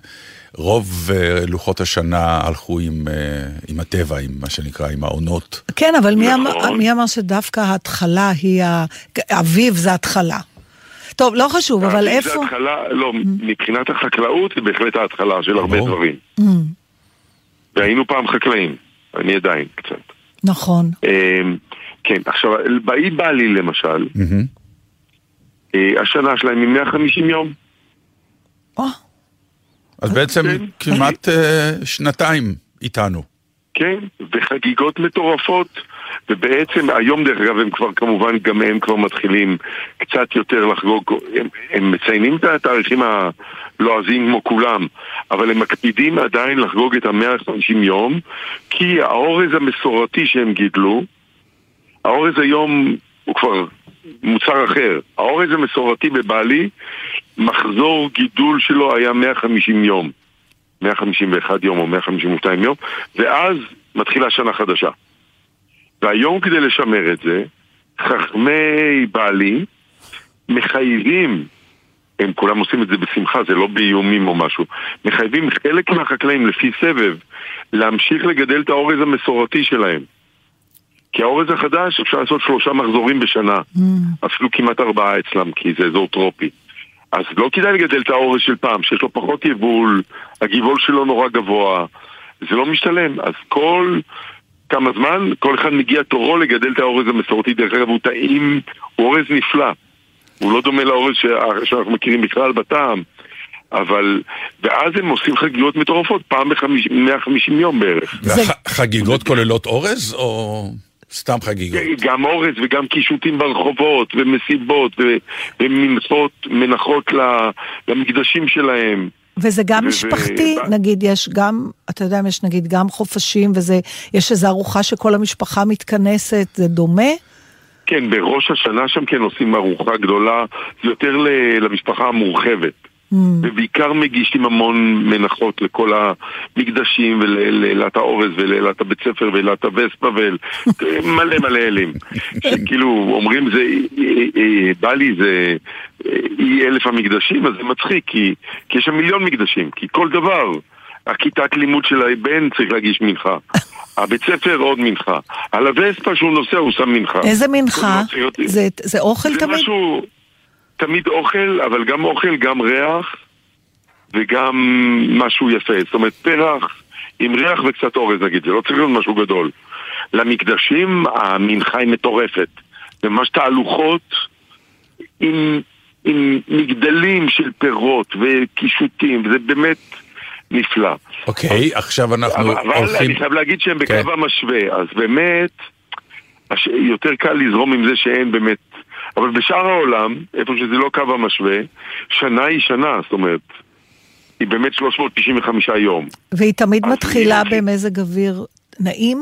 C: רוב לוחות השנה הלכו עם הטבע, עם מה שנקרא, עם העונות.
B: כן, אבל מי אמר שדווקא ההתחלה היא... האביב זה התחלה. טוב, לא חשוב, אבל איפה...
H: התחלה, לא, מבחינת החקלאות זה בהחלט ההתחלה של הרבה דברים. והיינו פעם חקלאים, אני עדיין קצת.
B: נכון.
H: כן, עכשיו, באי בעלי למשל, השנה שלהם היא מאה וחמישים יום.
C: אז בעצם כמעט שנתיים איתנו.
H: כן, וחגיגות מטורפות, ובעצם היום דרך אגב הם כבר כמובן גם הם כבר מתחילים קצת יותר לחגוג, הם, הם מציינים את התאריכים הלועזיים כמו כולם, אבל הם מקפידים עדיין לחגוג את ה-מאה וחמישים יום, כי האורז המסורתי שהם גידלו, האורז היום הוא כבר מוצר אחר. האורז המסורתי בבעלי, מחזור גידול שלו היה מאה וחמישים יום, מאה וחמישים ואחד יום או מאה וחמישים ושתיים יום, ואז מתחילה שנה חדשה. והיום כדי לשמר את זה, חכמי בעלי מחייבים, הם כולם עושים את זה בשמחה, זה לא באיומים או משהו, מחייבים חלק מהחקלאים לפי סבב להמשיך לגדל את האורז המסורתי שלהם. כי האורז החדש אפשר לעשות שלושה מחזורים בשנה, mm. אפילו כמעט ארבעה אצלם, כי זה אזור טרופי. אז לא כדאי לגדל את האורז של פעם, שיש לו פחות יבול, הגיבול שלו נורא גבוה, זה לא משתלם. אז כל כמה זמן, כל אחד מגיע תורו לגדל את האורז המסורתי, דרך אגב הוא טעים, הוא אורז נפלא. הוא לא דומה לאורז שאנחנו מכירים בכלל בטעם, אבל, ואז הם עושים חגיגות מטורפות, פעם ב-מאה וחמישים יום בערך.
C: והחגיגות כוללות אורז, או סתם חגיגות?
H: גם אורז וגם קישוטים ברחובות, ומסיבות, ומנחות, מנחות למקדשים שלהם.
B: וזה גם משפחתי, נגיד יש גם, אתה יודע, יש נגיד גם חופשים, ויש איזו ארוחה שכל המשפחה מתכנסת, זה דומה?
H: כן, בראש השנה שם כן עושים ארוחה גדולה, זה יותר למשפחה המורחבת. Mm. ובעיקר מגישים המון מנחות לכל המקדשים ולאלת האורז ולאלת הבית ספר ולאלת הווספה ומלא מלא אלים. שכאילו אומרים זה, בא לי זה אי אלף המקדשים, אז זה מצחיק, כי, כי יש שם מיליון מקדשים, כי כל דבר, הכיתת לימוד של הבן צריך להגיש מנחה. הבית ספר עוד מנחה. על הווספה שהוא נוסע הוא שם מנחה.
B: איזה מנחה? זה, זה אוכל
H: זה
B: תמיד?
H: משהו, תמיד אוכל, אבל גם אוכל, גם ריח, וגם משהו יפה. זאת אומרת, פרח עם ריח וקצת אורז נגיד, זה לא צריך להיות משהו גדול. למקדשים המנחה היא מטורפת. ממש תהלוכות עם, עם מגדלים של פירות וקישוטים, וזה באמת נפלא.
C: אוקיי, עכשיו אנחנו
H: הולכים... אבל אני חייב להגיד שהם בקו המשווה, אז באמת יותר קל לזרום עם זה שאין באמת, אבל בשאר העולם, איפה שזה לא קו המשווה, שנה היא שנה, זאת אומרת, היא באמת שלוש מאות תשעים וחמישה יום.
B: והיא תמיד מתחילה במזג אוויר נעים?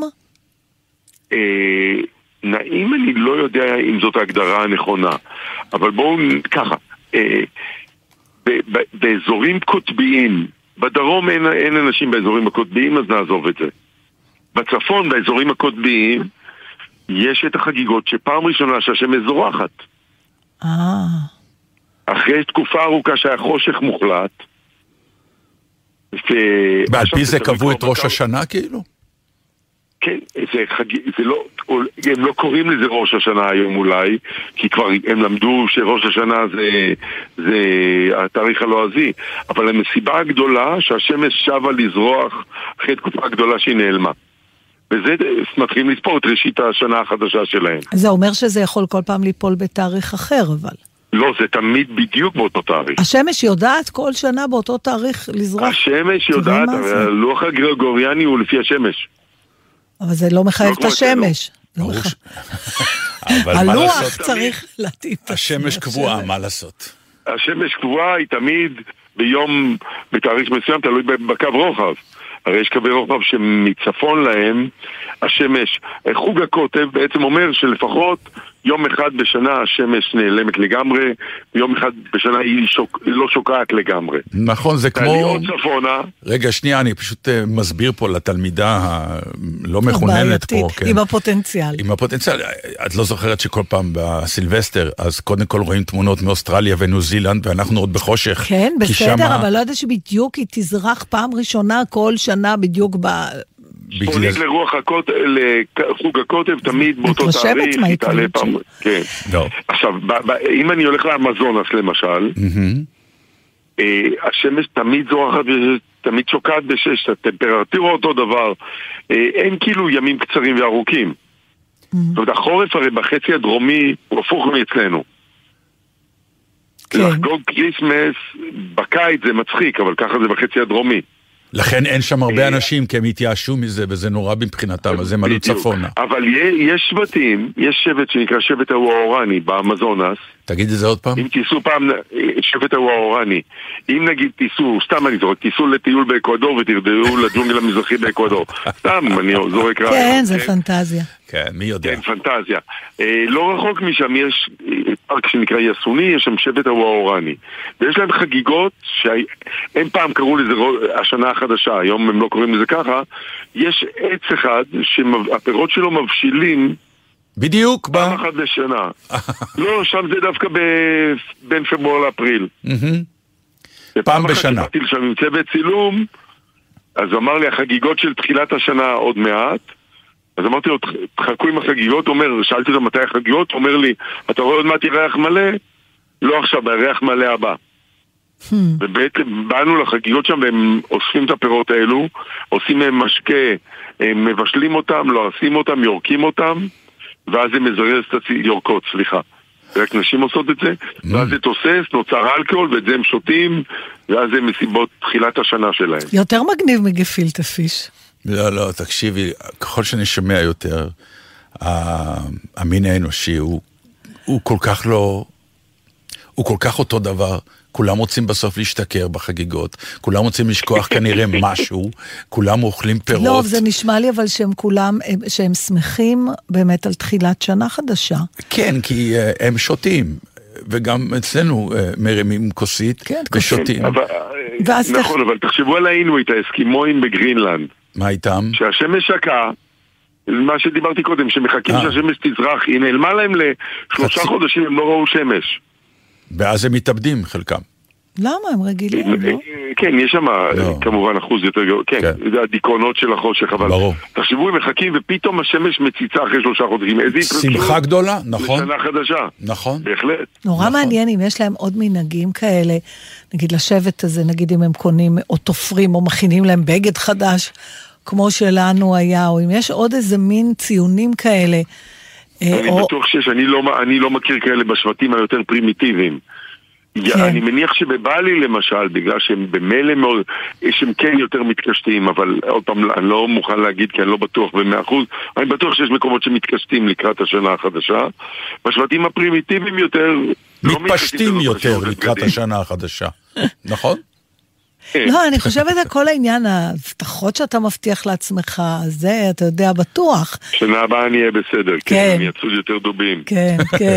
H: נעים אני לא יודע אם זאת ההגדרה הנכונה, אבל בואו ככה, באזורים קוטביים, בדרום אין, אין אנשים באזורים הקוטביים, אז נעזוב את זה. בצפון, באזורים הקוטביים, יש את החגיגות שפעם ראשונה שהשמש זורחת.
B: אה.
H: אחרי תקופה ארוכה שהיה חושך מוחלט.
C: ועל פי זה קבעו את ראש השנה כאילו?
H: כן, זה חגיג, זה לא, הם לא קוראים לזה ראש השנה היום אולי, כי כבר הם למדו שראש השנה זה, זה התאריך הלועזי, אבל המסיבה הגדולה שהשמש שווה לזרוח אחרי תקופה גדולה שהיא נעלמה. וזה מתחילים לספור את ראשית השנה החדשה שלהם.
B: זה אומר שזה יכול כל פעם ליפול בתאריך אחר, אבל...
H: לא, זה תמיד בדיוק באותו תאריך.
B: השמש יודעת כל שנה באותו תאריך לזרוח?
H: השמש יודעת, הלוח הגרגוריאני הוא לפי השמש.
B: אבל זה לא מחייב את השמש. הלוח צריך להתאים את
C: השמש קבועה, מה לעשות?
H: השמש קבועה היא תמיד ביום, בתאריך מסוים, תלוי בקו רוחב. הרי יש קווי רוחב שמצפון להם, השמש, חוג הקוטב בעצם אומר שלפחות יום אחד בשנה השמש נעלמת לגמרי, יום אחד בשנה היא שוק, לא שוקעת לגמרי.
C: נכון, זה כמו...
H: עוד צפונה.
C: רגע, שנייה, אני פשוט uh, מסביר פה לתלמידה הלא מחוננת פה. כן.
B: עם הפוטנציאל.
C: עם הפוטנציאל. את לא זוכרת שכל פעם בסילבסטר, אז קודם כל רואים תמונות מאוסטרליה וניו זילנד, ואנחנו עוד בחושך.
B: כן, בסדר,
C: שמה...
B: אבל לא יודע שבדיוק היא תזרח פעם ראשונה כל שנה בדיוק ב...
H: צפונית לרוח לחוג הקוטב תמיד באותו תאריך היא תעלה פעם. כן. עכשיו, אם אני הולך לאמזונס למשל, השמש תמיד זורחת ותמיד שוקעת בשש, הטמפרטורה אותו דבר, אין כאילו ימים קצרים וארוכים. זאת אומרת, החורף הרי בחצי הדרומי הוא הפוך מאצלנו. לחגוג קריסמס בקיץ זה מצחיק, אבל ככה זה בחצי הדרומי.
C: לכן אין שם הרבה אנשים, כי הם התייאשו מזה, וזה נורא מבחינתם, אז הם עלו צפונה.
H: אבל יש שבטים, יש שבט שנקרא שבט הוואורני באמזונס.
C: תגיד את זה עוד פעם.
H: אם תיסעו פעם, שבט הוואורני, אם נגיד תיסעו, סתם אני זורק, תיסעו לטיול באקוודור ותרדו לג'ונגל המזרחי באקוודור. סתם, אני זורק רעיון.
B: כן, זה פנטזיה.
C: כן, מי יודע.
H: כן, פנטזיה. לא רחוק משם יש פארק שנקרא יסוני, יש שם שבט הוואורני. ויש להם חגיגות שהם פעם קראו לזה השנה החדשה, היום הם לא קוראים לזה ככה. יש עץ אחד שהפירות שלו מבשילים
C: בדיוק
H: פעם אחת בשנה. לא, שם זה דווקא בין פברואר לאפריל.
C: פעם בשנה.
H: באתי לשם עם צוות צילום, אז הוא אמר לי החגיגות של תחילת השנה עוד מעט. אז אמרתי לו, תחכו עם החגיגות, אומר, שאלתי לו מתי החגיגות, הוא אומר לי, אתה רואה עוד מעט ירח מלא? לא עכשיו, הירח מלא הבא. ובעצם באנו לחגיגות שם, והם אוספים את הפירות האלו, עושים מהם משקה, הם מבשלים אותם, לועסים אותם, יורקים אותם, ואז הם מזרז את יורקות, סליחה. רק נשים עושות את זה, ואז זה תוסס, נוצר אלכוהול, ואת זה הם שותים, ואז זה מסיבות תחילת השנה שלהם.
B: יותר מגניב מגפילטע פיש.
C: לא, לא, תקשיבי, ככל שאני שומע יותר, המין האנושי הוא, הוא כל כך לא, הוא כל כך אותו דבר, כולם רוצים בסוף להשתכר בחגיגות, כולם רוצים לשכוח כנראה משהו, כולם אוכלים פירות.
B: לא, זה נשמע לי אבל שהם כולם, שהם שמחים באמת על תחילת שנה חדשה.
C: כן, כי uh, הם שותים, וגם אצלנו uh, מרימים כוסית
B: כן,
C: ושותים.
H: אבל, נכון, אבל תחשבו על האינוויט, האסקימואים בגרינלנד.
C: מה איתם?
H: שהשמש שקעה, מה שדיברתי קודם, שמחכים שהשמש תזרח, היא נעלמה להם לשלושה חודשים, הם לא ראו שמש.
C: ואז הם מתאבדים חלקם.
B: למה? הם רגילים, לא?
H: כן, יש שם כמובן אחוז יותר גדול, כן, זה הדיכאונות של החושך, אבל תחשבו, הם מחכים ופתאום השמש מציצה אחרי שלושה חודשים.
C: שמחה גדולה, נכון.
H: לשנה חדשה.
C: נכון.
H: בהחלט.
B: נורא מעניין אם יש להם עוד מנהגים כאלה, נגיד לשבט הזה, נגיד אם הם קונים או תופרים או מכינים להם בגד חדש, כמו שלנו היה, או אם יש עוד איזה מין ציונים כאלה.
H: אני בטוח שיש, אני לא מכיר כאלה בשבטים היותר פרימיטיביים. אני מניח שבבלי למשל, בגלל שהם במילא מאוד, שהם כן יותר מתקשטים, אבל עוד פעם, אני לא מוכן להגיד כי אני לא בטוח במאה אחוז, אני בטוח שיש מקומות שמתקשטים לקראת השנה החדשה. בשבטים הפרימיטיביים יותר
C: מתפשטים יותר לקראת השנה החדשה, נכון?
B: לא, אני חושבת על כל העניין, ההבטחות שאתה מבטיח לעצמך, זה, אתה יודע, בטוח.
H: שנה הבאה אני אהיה בסדר, כן, אני יצוד יותר דובים.
B: כן, כן.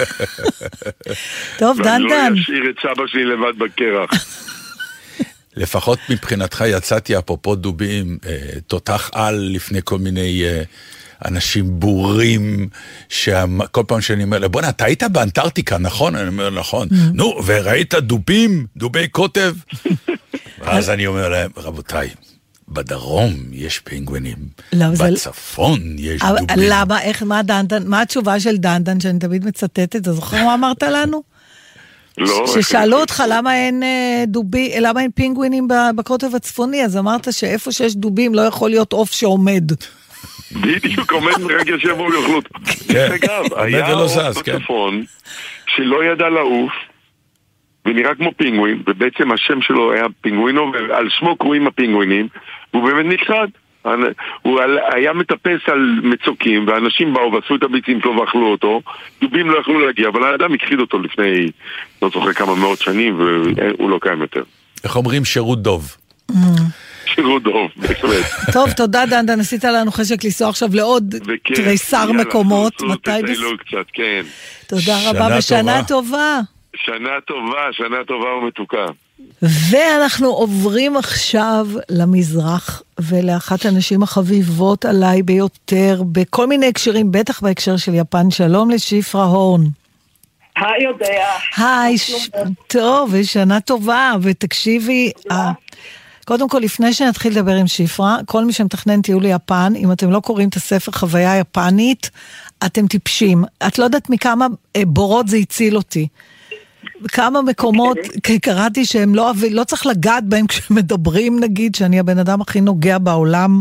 B: טוב, דן דן.
H: ואני לא אשאיר את סבא שלי לבד בקרח.
C: לפחות מבחינתך יצאתי אפרופו דובים, תותח על לפני כל מיני אנשים בורים, שכל פעם שאני אומר, בוא נה, אתה היית באנטארקטיקה, נכון? אני אומר, נכון. נו, וראית דובים, דובי קוטב? ואז אני אומר להם, רבותיי, בדרום יש פינגווינים, בצפון יש דובים.
B: למה, איך, מה דנדן, מה התשובה של דנדן שאני תמיד מצטטת? אתה זוכר מה אמרת לנו?
H: לא.
B: ששאלו אותך למה אין דובי, למה אין פינגווינים בקוטב הצפוני, אז אמרת שאיפה שיש דובים לא יכול להיות עוף שעומד.
H: בדיוק, עומד רק יושב בו יוכלות. אגב, היה עוף בצפון שלא ידע לעוף, ונראה כמו פינגווין, ובעצם השם שלו היה פינגווינו, ועל שמו קרואים הפינגווינים, והוא באמת נכחד. הוא היה מטפס על מצוקים, ואנשים באו ועשו את הביצים שלו ואכלו אותו, דובים לא יכלו להגיע, אבל האדם הכחיד אותו לפני, לא זוכר כמה מאות שנים, והוא לא קיים יותר.
C: איך אומרים? שירות דוב.
H: שירות דוב, בהחלט.
B: טוב, תודה דנדן, עשית לנו חשק לנסוע עכשיו לעוד תריסר מקומות. מתי בס...
H: קצת, כן.
B: תודה רבה ושנה טובה.
H: שנה טובה, שנה טובה ומתוקה.
B: ואנחנו עוברים עכשיו למזרח, ולאחת הנשים החביבות עליי ביותר, בכל מיני הקשרים, בטח בהקשר של יפן. שלום לשפרה הורן.
I: היי יודע.
B: היי, ש... טוב, ושנה טובה, ותקשיבי, אה, קודם כל, לפני שנתחיל לדבר עם שפרה, כל מי שמתכנן טיול ליפן, אם אתם לא קוראים את הספר חוויה יפנית, אתם טיפשים. את לא יודעת מכמה בורות זה הציל אותי. כמה מקומות okay. קראתי שהם לא, לא צריך לגעת בהם כשמדברים, נגיד, שאני הבן אדם הכי נוגע בעולם,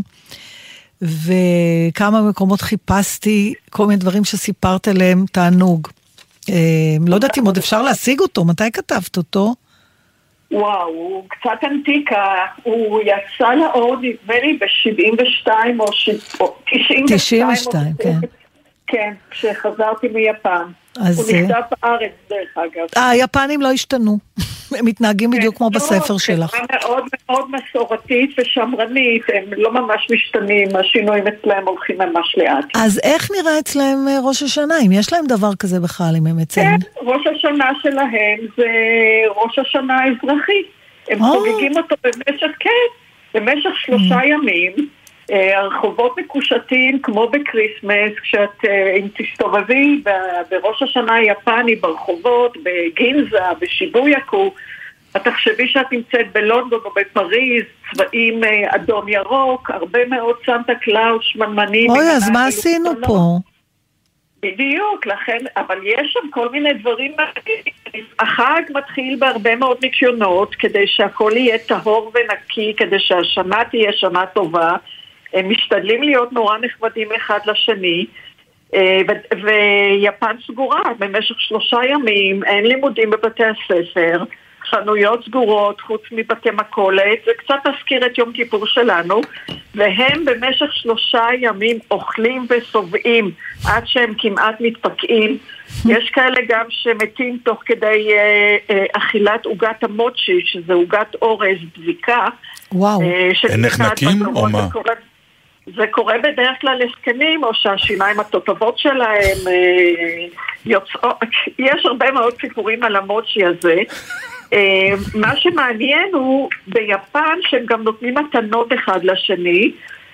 B: וכמה מקומות חיפשתי, כל מיני דברים שסיפרת עליהם, תענוג. לא יודעת אם עוד אפשר להשיג אותו, מתי כתבת אותו?
I: וואו, הוא קצת אנטיקה, הוא יצא לאור נדמה לי ב-שבעים ושתיים או תשעים ושתיים.
B: תשעים ושתיים, כן.
I: כן, כשחזרתי מיפן.
B: אז...
I: הוא נכתב בארץ דרך אגב.
B: אה, היפנים לא השתנו. הם מתנהגים בדיוק כמו בספר שלך.
I: הם מאוד מאוד מסורתית ושמרנית, הם לא ממש משתנים, השינויים אצלהם הולכים ממש לאט.
B: אז איך נראה אצלהם ראש השנה? אם יש להם דבר כזה בכלל, אם הם אצלם?
I: כן, ראש השנה שלהם זה ראש השנה האזרחי. הם חוגגים אותו במשך, כן, במשך שלושה ימים. הרחובות מקושטים כמו בקריסמס, כשאת, אם תסתובבי בראש השנה היפני ברחובות, בגינזה, בשיבויאקו, את תחשבי שאת נמצאת בלונדון או בפריז, צבעים אדום ירוק, הרבה מאוד סנטה קלאוס, שמנמנים.
B: אוי, אז מה עשינו פה?
I: בדיוק, לכן, אבל יש שם כל מיני דברים. החג מתחיל בהרבה מאוד ניקיונות, כדי שהכל יהיה טהור ונקי, כדי שהשנה תהיה שנה טובה. הם משתדלים להיות נורא נחמדים אחד לשני, ויפן סגורה במשך שלושה ימים, אין לימודים בבתי הספר, חנויות סגורות חוץ מבתי מכולת, זה קצת תזכיר את יום כיפור שלנו, והם במשך שלושה ימים אוכלים וסובעים עד שהם כמעט מתפקעים. יש כאלה גם שמתים תוך כדי אכילת עוגת המוצ'י, שזה עוגת אורז דביקה.
B: וואו.
C: הם נחנקים או מה?
I: זה קורה בדרך כלל לזקנים, או שהשיניים התותבות שלהם אה, יוצאות, יש הרבה מאוד סיפורים על המוצ'י הזה. אה, מה שמעניין הוא ביפן שהם גם נותנים מתנות אחד לשני,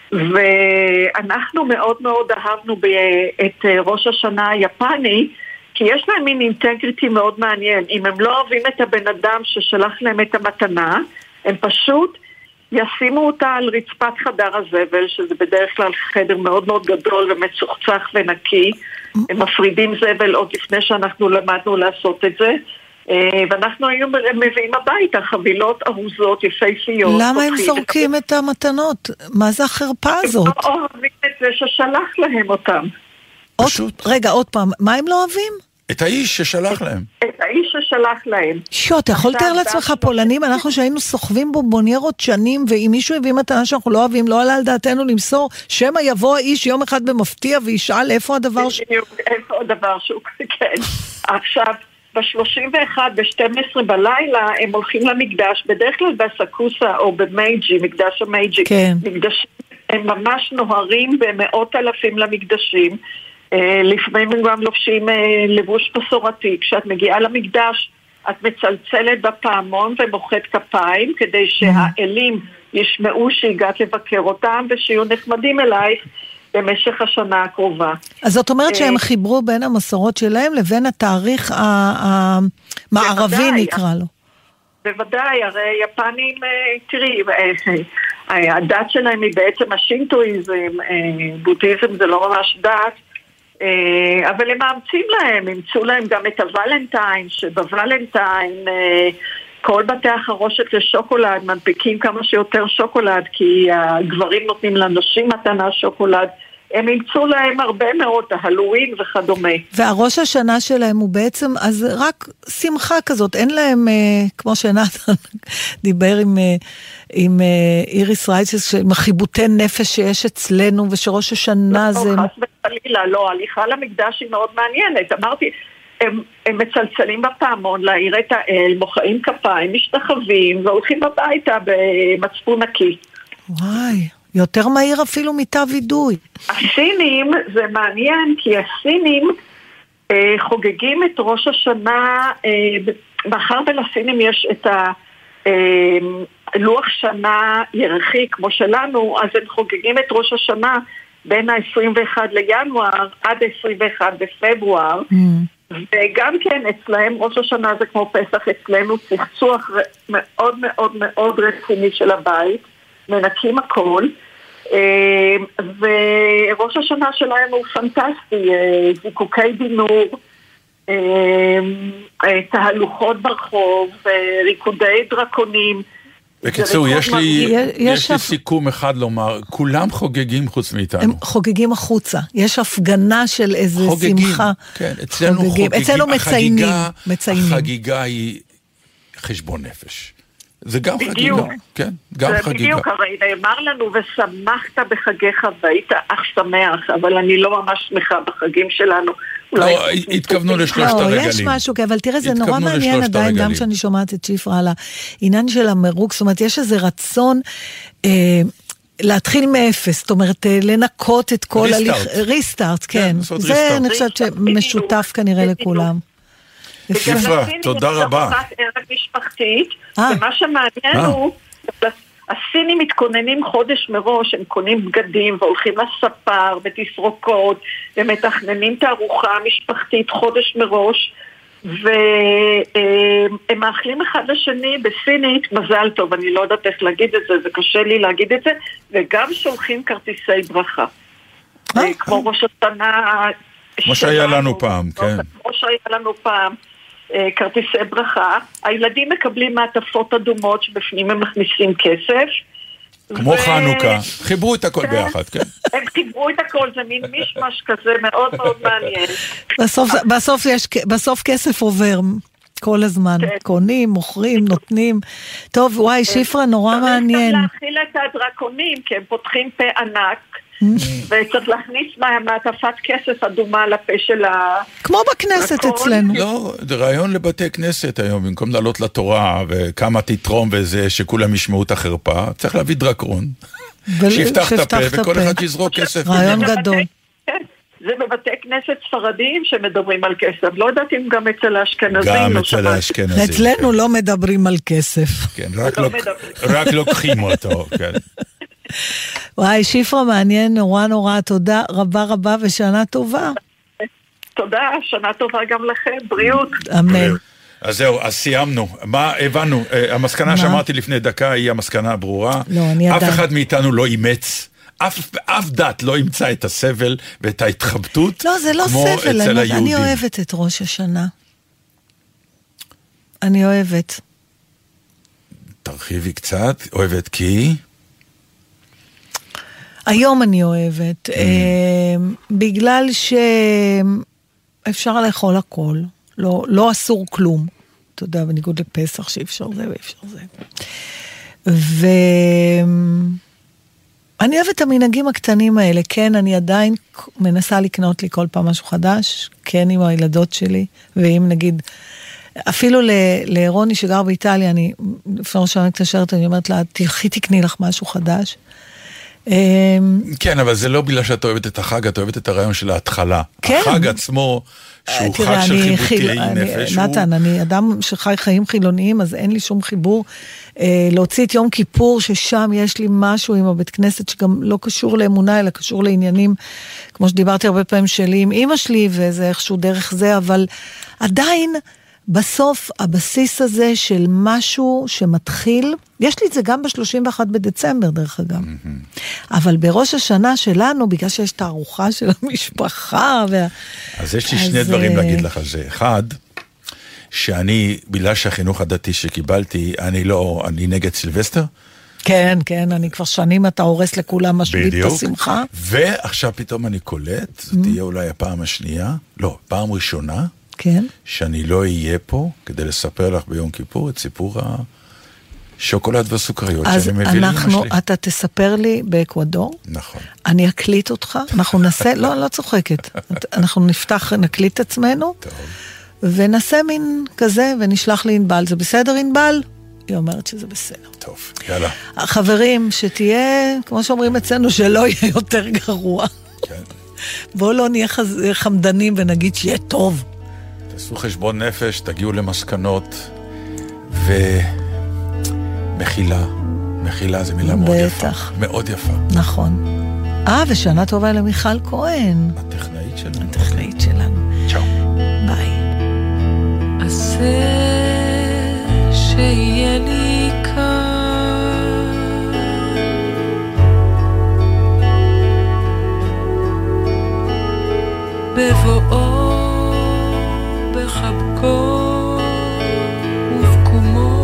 I: ואנחנו מאוד מאוד אהבנו את ראש השנה היפני, כי יש להם מין אינטגריטי מאוד מעניין. אם הם לא אוהבים את הבן אדם ששלח להם את המתנה, הם פשוט ישימו אותה על רצפת חדר הזבל, שזה בדרך כלל חדר מאוד מאוד גדול ומצוחצח ונקי. הם מפרידים זבל עוד לפני שאנחנו למדנו לעשות את זה. ואנחנו היינו מביאים הביתה חבילות ארוזות יפהפיות.
B: למה הם זורקים את המתנות? מה זה החרפה הזאת?
I: הם לא אוהבים את זה ששלח להם אותם.
B: רגע, עוד פעם, מה הם לא אוהבים?
C: את האיש ששלח להם.
I: את האיש ששלח להם.
B: שו, אתה יכול לתאר לעצמך פולנים, אנחנו שהיינו סוחבים בובוניירות שנים, ואם מישהו הביא מתנה שאנחנו לא אוהבים, לא עלה על דעתנו למסור, שמא יבוא האיש יום אחד במפתיע וישאל איפה הדבר ש...
I: איפה הדבר שהוא, כן. עכשיו, ב-שלושים ואחת, ב-שתים עשרה בלילה, הם הולכים למקדש, בדרך כלל בסקוסה או במייג'י, מקדש המייג'י.
B: כן.
I: מקדשים, הם ממש נוהרים במאות אלפים למקדשים, לפעמים הם גם לובשים לבוש מסורתי. כשאת מגיעה למקדש, את מצלצלת בפעמון ומוחאת כפיים, כדי שהאלים ישמעו שהגעת לבקר אותם, ושיהיו נחמדים אלייך במשך השנה הקרובה.
B: אז זאת אומרת שהם חיברו בין המסורות שלהם, לבין התאריך המערבי נקרא לו.
I: בוודאי, הרי יפנים, תראי, הדת שלהם היא בעצם השינטואיזם, בודהיזם זה לא ממש דת, אבל הם מאמצים להם, ימצאו להם גם את הוולנטיין, שבוולנטיין כל בתי החרושת לשוקולד מנפיקים כמה שיותר שוקולד, כי הגברים נותנים לנשים מתנה שוקולד, הם ימצאו להם הרבה מאוד, ההלואוין וכדומה.
B: והראש השנה שלהם הוא בעצם, אז רק שמחה כזאת, אין להם, כמו שנתן דיבר עם, עם איריס רייצ'ס, עם החיבוטי נפש שיש אצלנו, ושראש השנה זה...
I: לא, חס וחלילה, לא, הליכה למקדש היא מאוד מעניינת. אמרתי, הם, הם מצלצלים בפעמון להעיר את האל, מוחאים כפיים, משתחווים, והולכים הביתה במצפון נקי.
B: וואי. יותר מהיר אפילו מתו וידוי.
I: הסינים, זה מעניין, כי הסינים אה, חוגגים את ראש השנה, אה, מאחר ולסינים יש את הלוח אה, שנה ירחי כמו שלנו, אז הם חוגגים את ראש השנה בין ה-עשרים ואחד לינואר עד ה-עשרים ואחד בפברואר, mm. וגם כן אצלהם ראש השנה זה כמו פסח, אצלנו צחצוח מאוד מאוד מאוד רציני של הבית, מנקים הכל, וראש השנה שלהם הוא פנטסטי, זיקוקי דינור, תהלוכות ברחוב, ריקודי דרקונים.
C: בקיצור, יש לי, יש לי סיכום אחד לומר, כולם חוגגים חוץ מאיתנו.
B: הם חוגגים החוצה, יש הפגנה של איזה שמחה.
C: כן, אצלנו חוגגים,
B: אצלנו מציינים.
C: החגיגה היא חשבון נפש. זה גם חגיגה,
I: בדיוק.
C: כן, גם
I: זה
C: חגיגה.
I: בדיוק, הרי נאמר לנו, ושמחת בחגיך והיית אך שמח, אבל אני לא ממש שמחה בחגים שלנו.
C: לא,
I: אולי-
C: התכוונו לשלושת
B: לא,
C: הרגלים.
B: יש משהו, אבל תראה, זה נורא
C: התכוונו
B: מעניין
C: לשלושת
B: עדיין, גם
C: הרגלים.
B: שאני שומעת את שפרה על העניין של המרוג, זאת אומרת, יש איזה רצון אה, להתחיל מאפס, זאת אומרת, אה, לנקות את כל
C: ריסטארט.
B: הליך, ריסטארט, כן.
C: לעשות
B: זה
C: ריסטארט.
B: אני חושבת שמשותף כנראה
I: בדיוק.
B: לכולם. יפה.
I: וגם
C: שפרה,
I: לסינים
C: תודה
I: יש
C: רבה.
I: ארוחת ערב משפחתית,
B: אה.
I: ומה שמעניין
C: אה.
I: הוא, הסינים מתכוננים חודש מראש, הם קונים בגדים והולכים לספר ותסרוקות, ומתכננים את הארוחה המשפחתית חודש מראש, והם מאכלים אחד לשני בסינית, מזל טוב, אני לא יודעת איך להגיד את זה, זה קשה לי להגיד את זה, וגם שולחים כרטיסי ברכה.
B: אה.
I: כמו ראש השנה...
C: כמו שהיה לנו פעם, כן.
I: כמו שהיה לנו פעם, אה, כרטיסי ברכה. הילדים מקבלים מעטפות אדומות שבפנים הם מכניסים כסף.
C: כמו
I: ו-
C: חנוכה, חיברו את הכל
I: כן.
C: ביחד, כן.
I: הם חיברו את הכל, זה מין מישמש כזה מאוד מאוד מעניין.
B: בסוף, בסוף יש, בסוף כסף עובר כל הזמן.
I: כן.
B: קונים, מוכרים, נותנים. טוב, וואי, שפרה, נורא מעניין.
I: צריך להכיל את הדרקונים, כי הם פותחים פה ענק, וצריך להכניס מעטפת כסף אדומה לפה של ה...
B: כמו בכנסת
I: דרקון.
B: אצלנו.
C: לא, זה רעיון לבתי כנסת היום, במקום לעלות לתורה וכמה תתרום וזה, שכולם ישמעו את החרפה, צריך להביא דרקון,
B: ול-
C: שיפתח את
B: שיפתח
C: הפה
B: את
C: וכל
B: הפה.
C: אחד יזרוק כסף.
B: רעיון
I: זה
B: גדול.
I: בבתי- כן, זה בבתי כנסת ספרדיים שמדברים על כסף. לא יודעת אם גם אצל האשכנזים.
C: גם
I: לא
C: אצל
I: שמעתי.
C: האשכנזים.
B: אצלנו לא מדברים על כסף.
C: כן, רק
I: לא
C: לוק-
I: מדברים.
C: רק לוקחים אותו, כן.
B: וואי, שפרה, מעניין, נורא נורא, תודה רבה רבה ושנה טובה.
I: תודה, שנה טובה גם לכם, בריאות.
B: אמן.
C: אז זהו, אז סיימנו. מה, הבנו, אה, המסקנה
B: מה?
C: שאמרתי לפני דקה היא המסקנה הברורה.
B: לא, אני
C: אף
B: עדיין.
C: אחד מאיתנו לא אימץ, אף, אף דת לא ימצא את הסבל ואת ההתחבטות
B: לא, זה לא
C: כמו
B: סבל,
C: אצל
B: אני,
C: היהודים.
B: אני אוהבת את ראש השנה. אני אוהבת.
C: תרחיבי קצת, אוהבת כי...
B: היום אני אוהבת, אה, בגלל שאפשר לאכול הכל, לא, לא אסור כלום. אתה יודע, בניגוד לפסח שאפשר זה ואפשר זה. ואני אוהבת את המנהגים הקטנים האלה, כן, אני עדיין מנסה לקנות לי כל פעם משהו חדש, כן, עם הילדות שלי, ואם נגיד, אפילו ל- לרוני שגר באיטליה, אני לפני ראשונה מתקשרת, אני אומרת לה, תלכי תקני לך משהו חדש.
C: כן, אבל זה לא בגלל שאת אוהבת את החג, את אוהבת את הרעיון של ההתחלה.
B: כן.
C: החג עצמו, שהוא חג
B: תראה,
C: של
B: אני
C: חיבוטי
B: חיל- אני-
C: נפש, הוא...
B: נתן, אני אדם שחי חיים חילוניים, אז אין לי שום חיבור. אה, להוציא את יום כיפור, ששם יש לי משהו עם הבית כנסת, שגם לא קשור לאמונה, אלא קשור לעניינים, כמו שדיברתי הרבה פעמים שלי עם אמא שלי, וזה איכשהו דרך זה, אבל עדיין, בסוף, הבסיס הזה של משהו שמתחיל, יש לי את זה גם ב-שלושים ואחד בדצמבר, דרך אגב. אבל בראש השנה שלנו, בגלל שיש את הארוחה של המשפחה, וה...
C: אז יש לי
B: אז,
C: שני דברים
B: אה,
C: להגיד לך על זה. אחד, שאני, בגלל שהחינוך הדתי שקיבלתי, אני לא, אני נגד סילבסטר.
B: כן, כן, אני כבר שנים אתה הורס לכולם משבית את
C: בדיוק.
B: השמחה.
C: ועכשיו פתאום אני קולט, זו תהיה אולי הפעם השנייה, לא, פעם ראשונה,
B: כן.
C: שאני לא אהיה פה כדי לספר לך ביום כיפור את סיפור השוקולד והסוכריות
B: אז
C: שאני מביא לאמא
B: אנחנו,
C: שלי.
B: אתה תספר לי באקוודור,
C: נכון.
B: אני אקליט אותך, אנחנו נעשה, לא, אני לא צוחקת, אנחנו נפתח, נקליט עצמנו,
C: טוב.
B: ונעשה מין כזה, ונשלח לענבל, זה בסדר ענבל? היא אומרת שזה בסדר.
C: טוב, יאללה.
B: החברים, שתהיה, כמו שאומרים אצלנו, שלא יהיה יותר גרוע.
C: כן.
B: בואו לא נהיה חז... חמדנים ונגיד שיהיה טוב.
C: תעשו חשבון נפש, תגיעו למסקנות, ומחילה, מחילה זה מילה מאוד יפה.
B: בטח.
C: מאוד יפה.
B: נכון. אה, ושנה טובה למיכל כהן.
C: הטכנאית שלנו.
B: הטכנאית שלנו.
C: צ'או.
B: ביי.
J: עשה שיהיה לי קר, בבואו בחבקו ובקומו,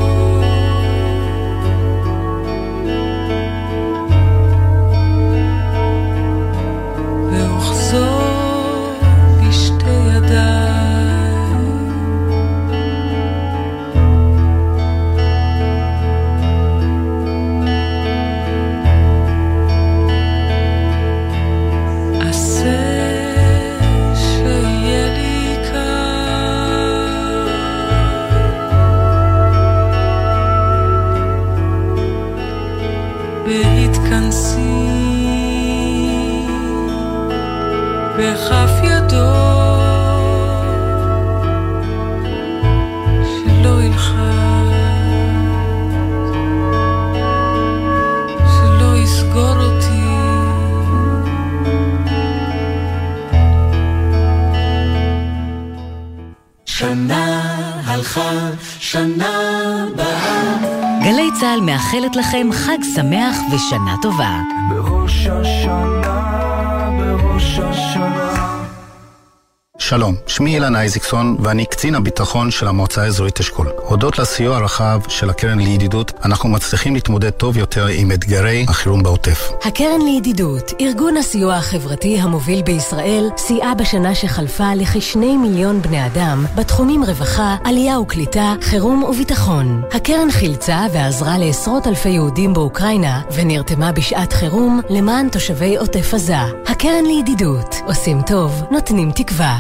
J: ואוחזו בשתי ידיים, בהתכנסי בכף ידו שלא ילחץ, שלא יסגור אותי.
K: שנה הלכה, שנה באה.
L: גלי צהל מאחלת לכם חג שמח ושנה טובה.
E: בראש השנה, בראש השנה.
M: שלום, שמי אילן אייזיקסון ואני קצין הביטחון של המועצה האזורית אשכול. הודות לסיוע הרחב של הקרן לידידות, אנחנו מצליחים להתמודד טוב יותר עם אתגרי החירום בעוטף.
L: הקרן לידידות, ארגון הסיוע החברתי המוביל בישראל, סייעה בשנה שחלפה לכשני מיליון בני אדם בתחומים רווחה, עלייה וקליטה, חירום וביטחון. הקרן חילצה ועזרה לעשרות אלפי יהודים באוקראינה ונרתמה בשעת חירום למען תושבי עוטף עזה. הקרן לידידות, עושים טוב, נותנים תקווה.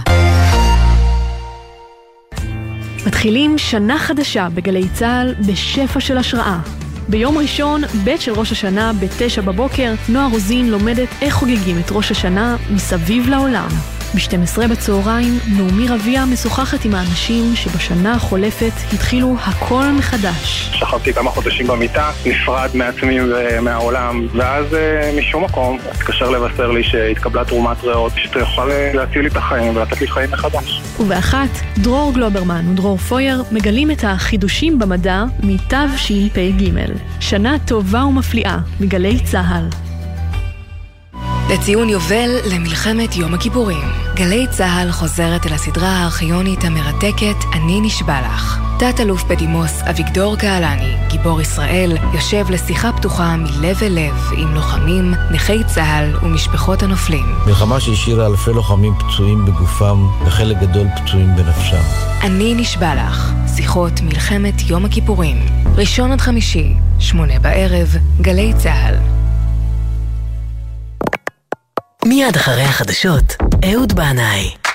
N: מתחילים שנה חדשה בגלי צהל בשפע של השראה. ביום ראשון, ב' של ראש השנה, בתשע בבוקר, נועה רוזין לומדת איך חוגגים את ראש השנה מסביב לעולם. ב-שתים עשרה בצהריים, נעמי רביה משוחחת עם האנשים שבשנה החולפת התחילו הכל מחדש.
O: שכבתי כמה חודשים במיטה, נפרד מעצמי ומהעולם, ואז משום מקום התקשר לבשר לי שהתקבלה תרומת ריאות, שאתה יכול להציל לי את החיים ולתת לי חיים מחדש.
N: ובאחת, דרור גלוברמן ודרור פויר מגלים את החידושים במדע מתו ש"פ ג'. שנה טובה ומפליאה מגלי צהל.
P: לציון יובל למלחמת יום הכיפורים. גלי צהל חוזרת אל הסדרה הארכיונית המרתקת אני נשבע לך. תת אלוף בדימוס אביגדור קהלני, גיבור ישראל, יושב לשיחה פתוחה מלב אל לב עם לוחמים, נכי צהל ומשפחות הנופלים.
Q: מלחמה שהשאירה אלפי לוחמים פצועים בגופם וחלק גדול פצועים בנפשם.
P: אני נשבע לך. שיחות מלחמת יום הכיפורים. ראשון עד חמישי, שמונה בערב, גלי צהל.
L: מיד אחרי החדשות, אהוד בנאי.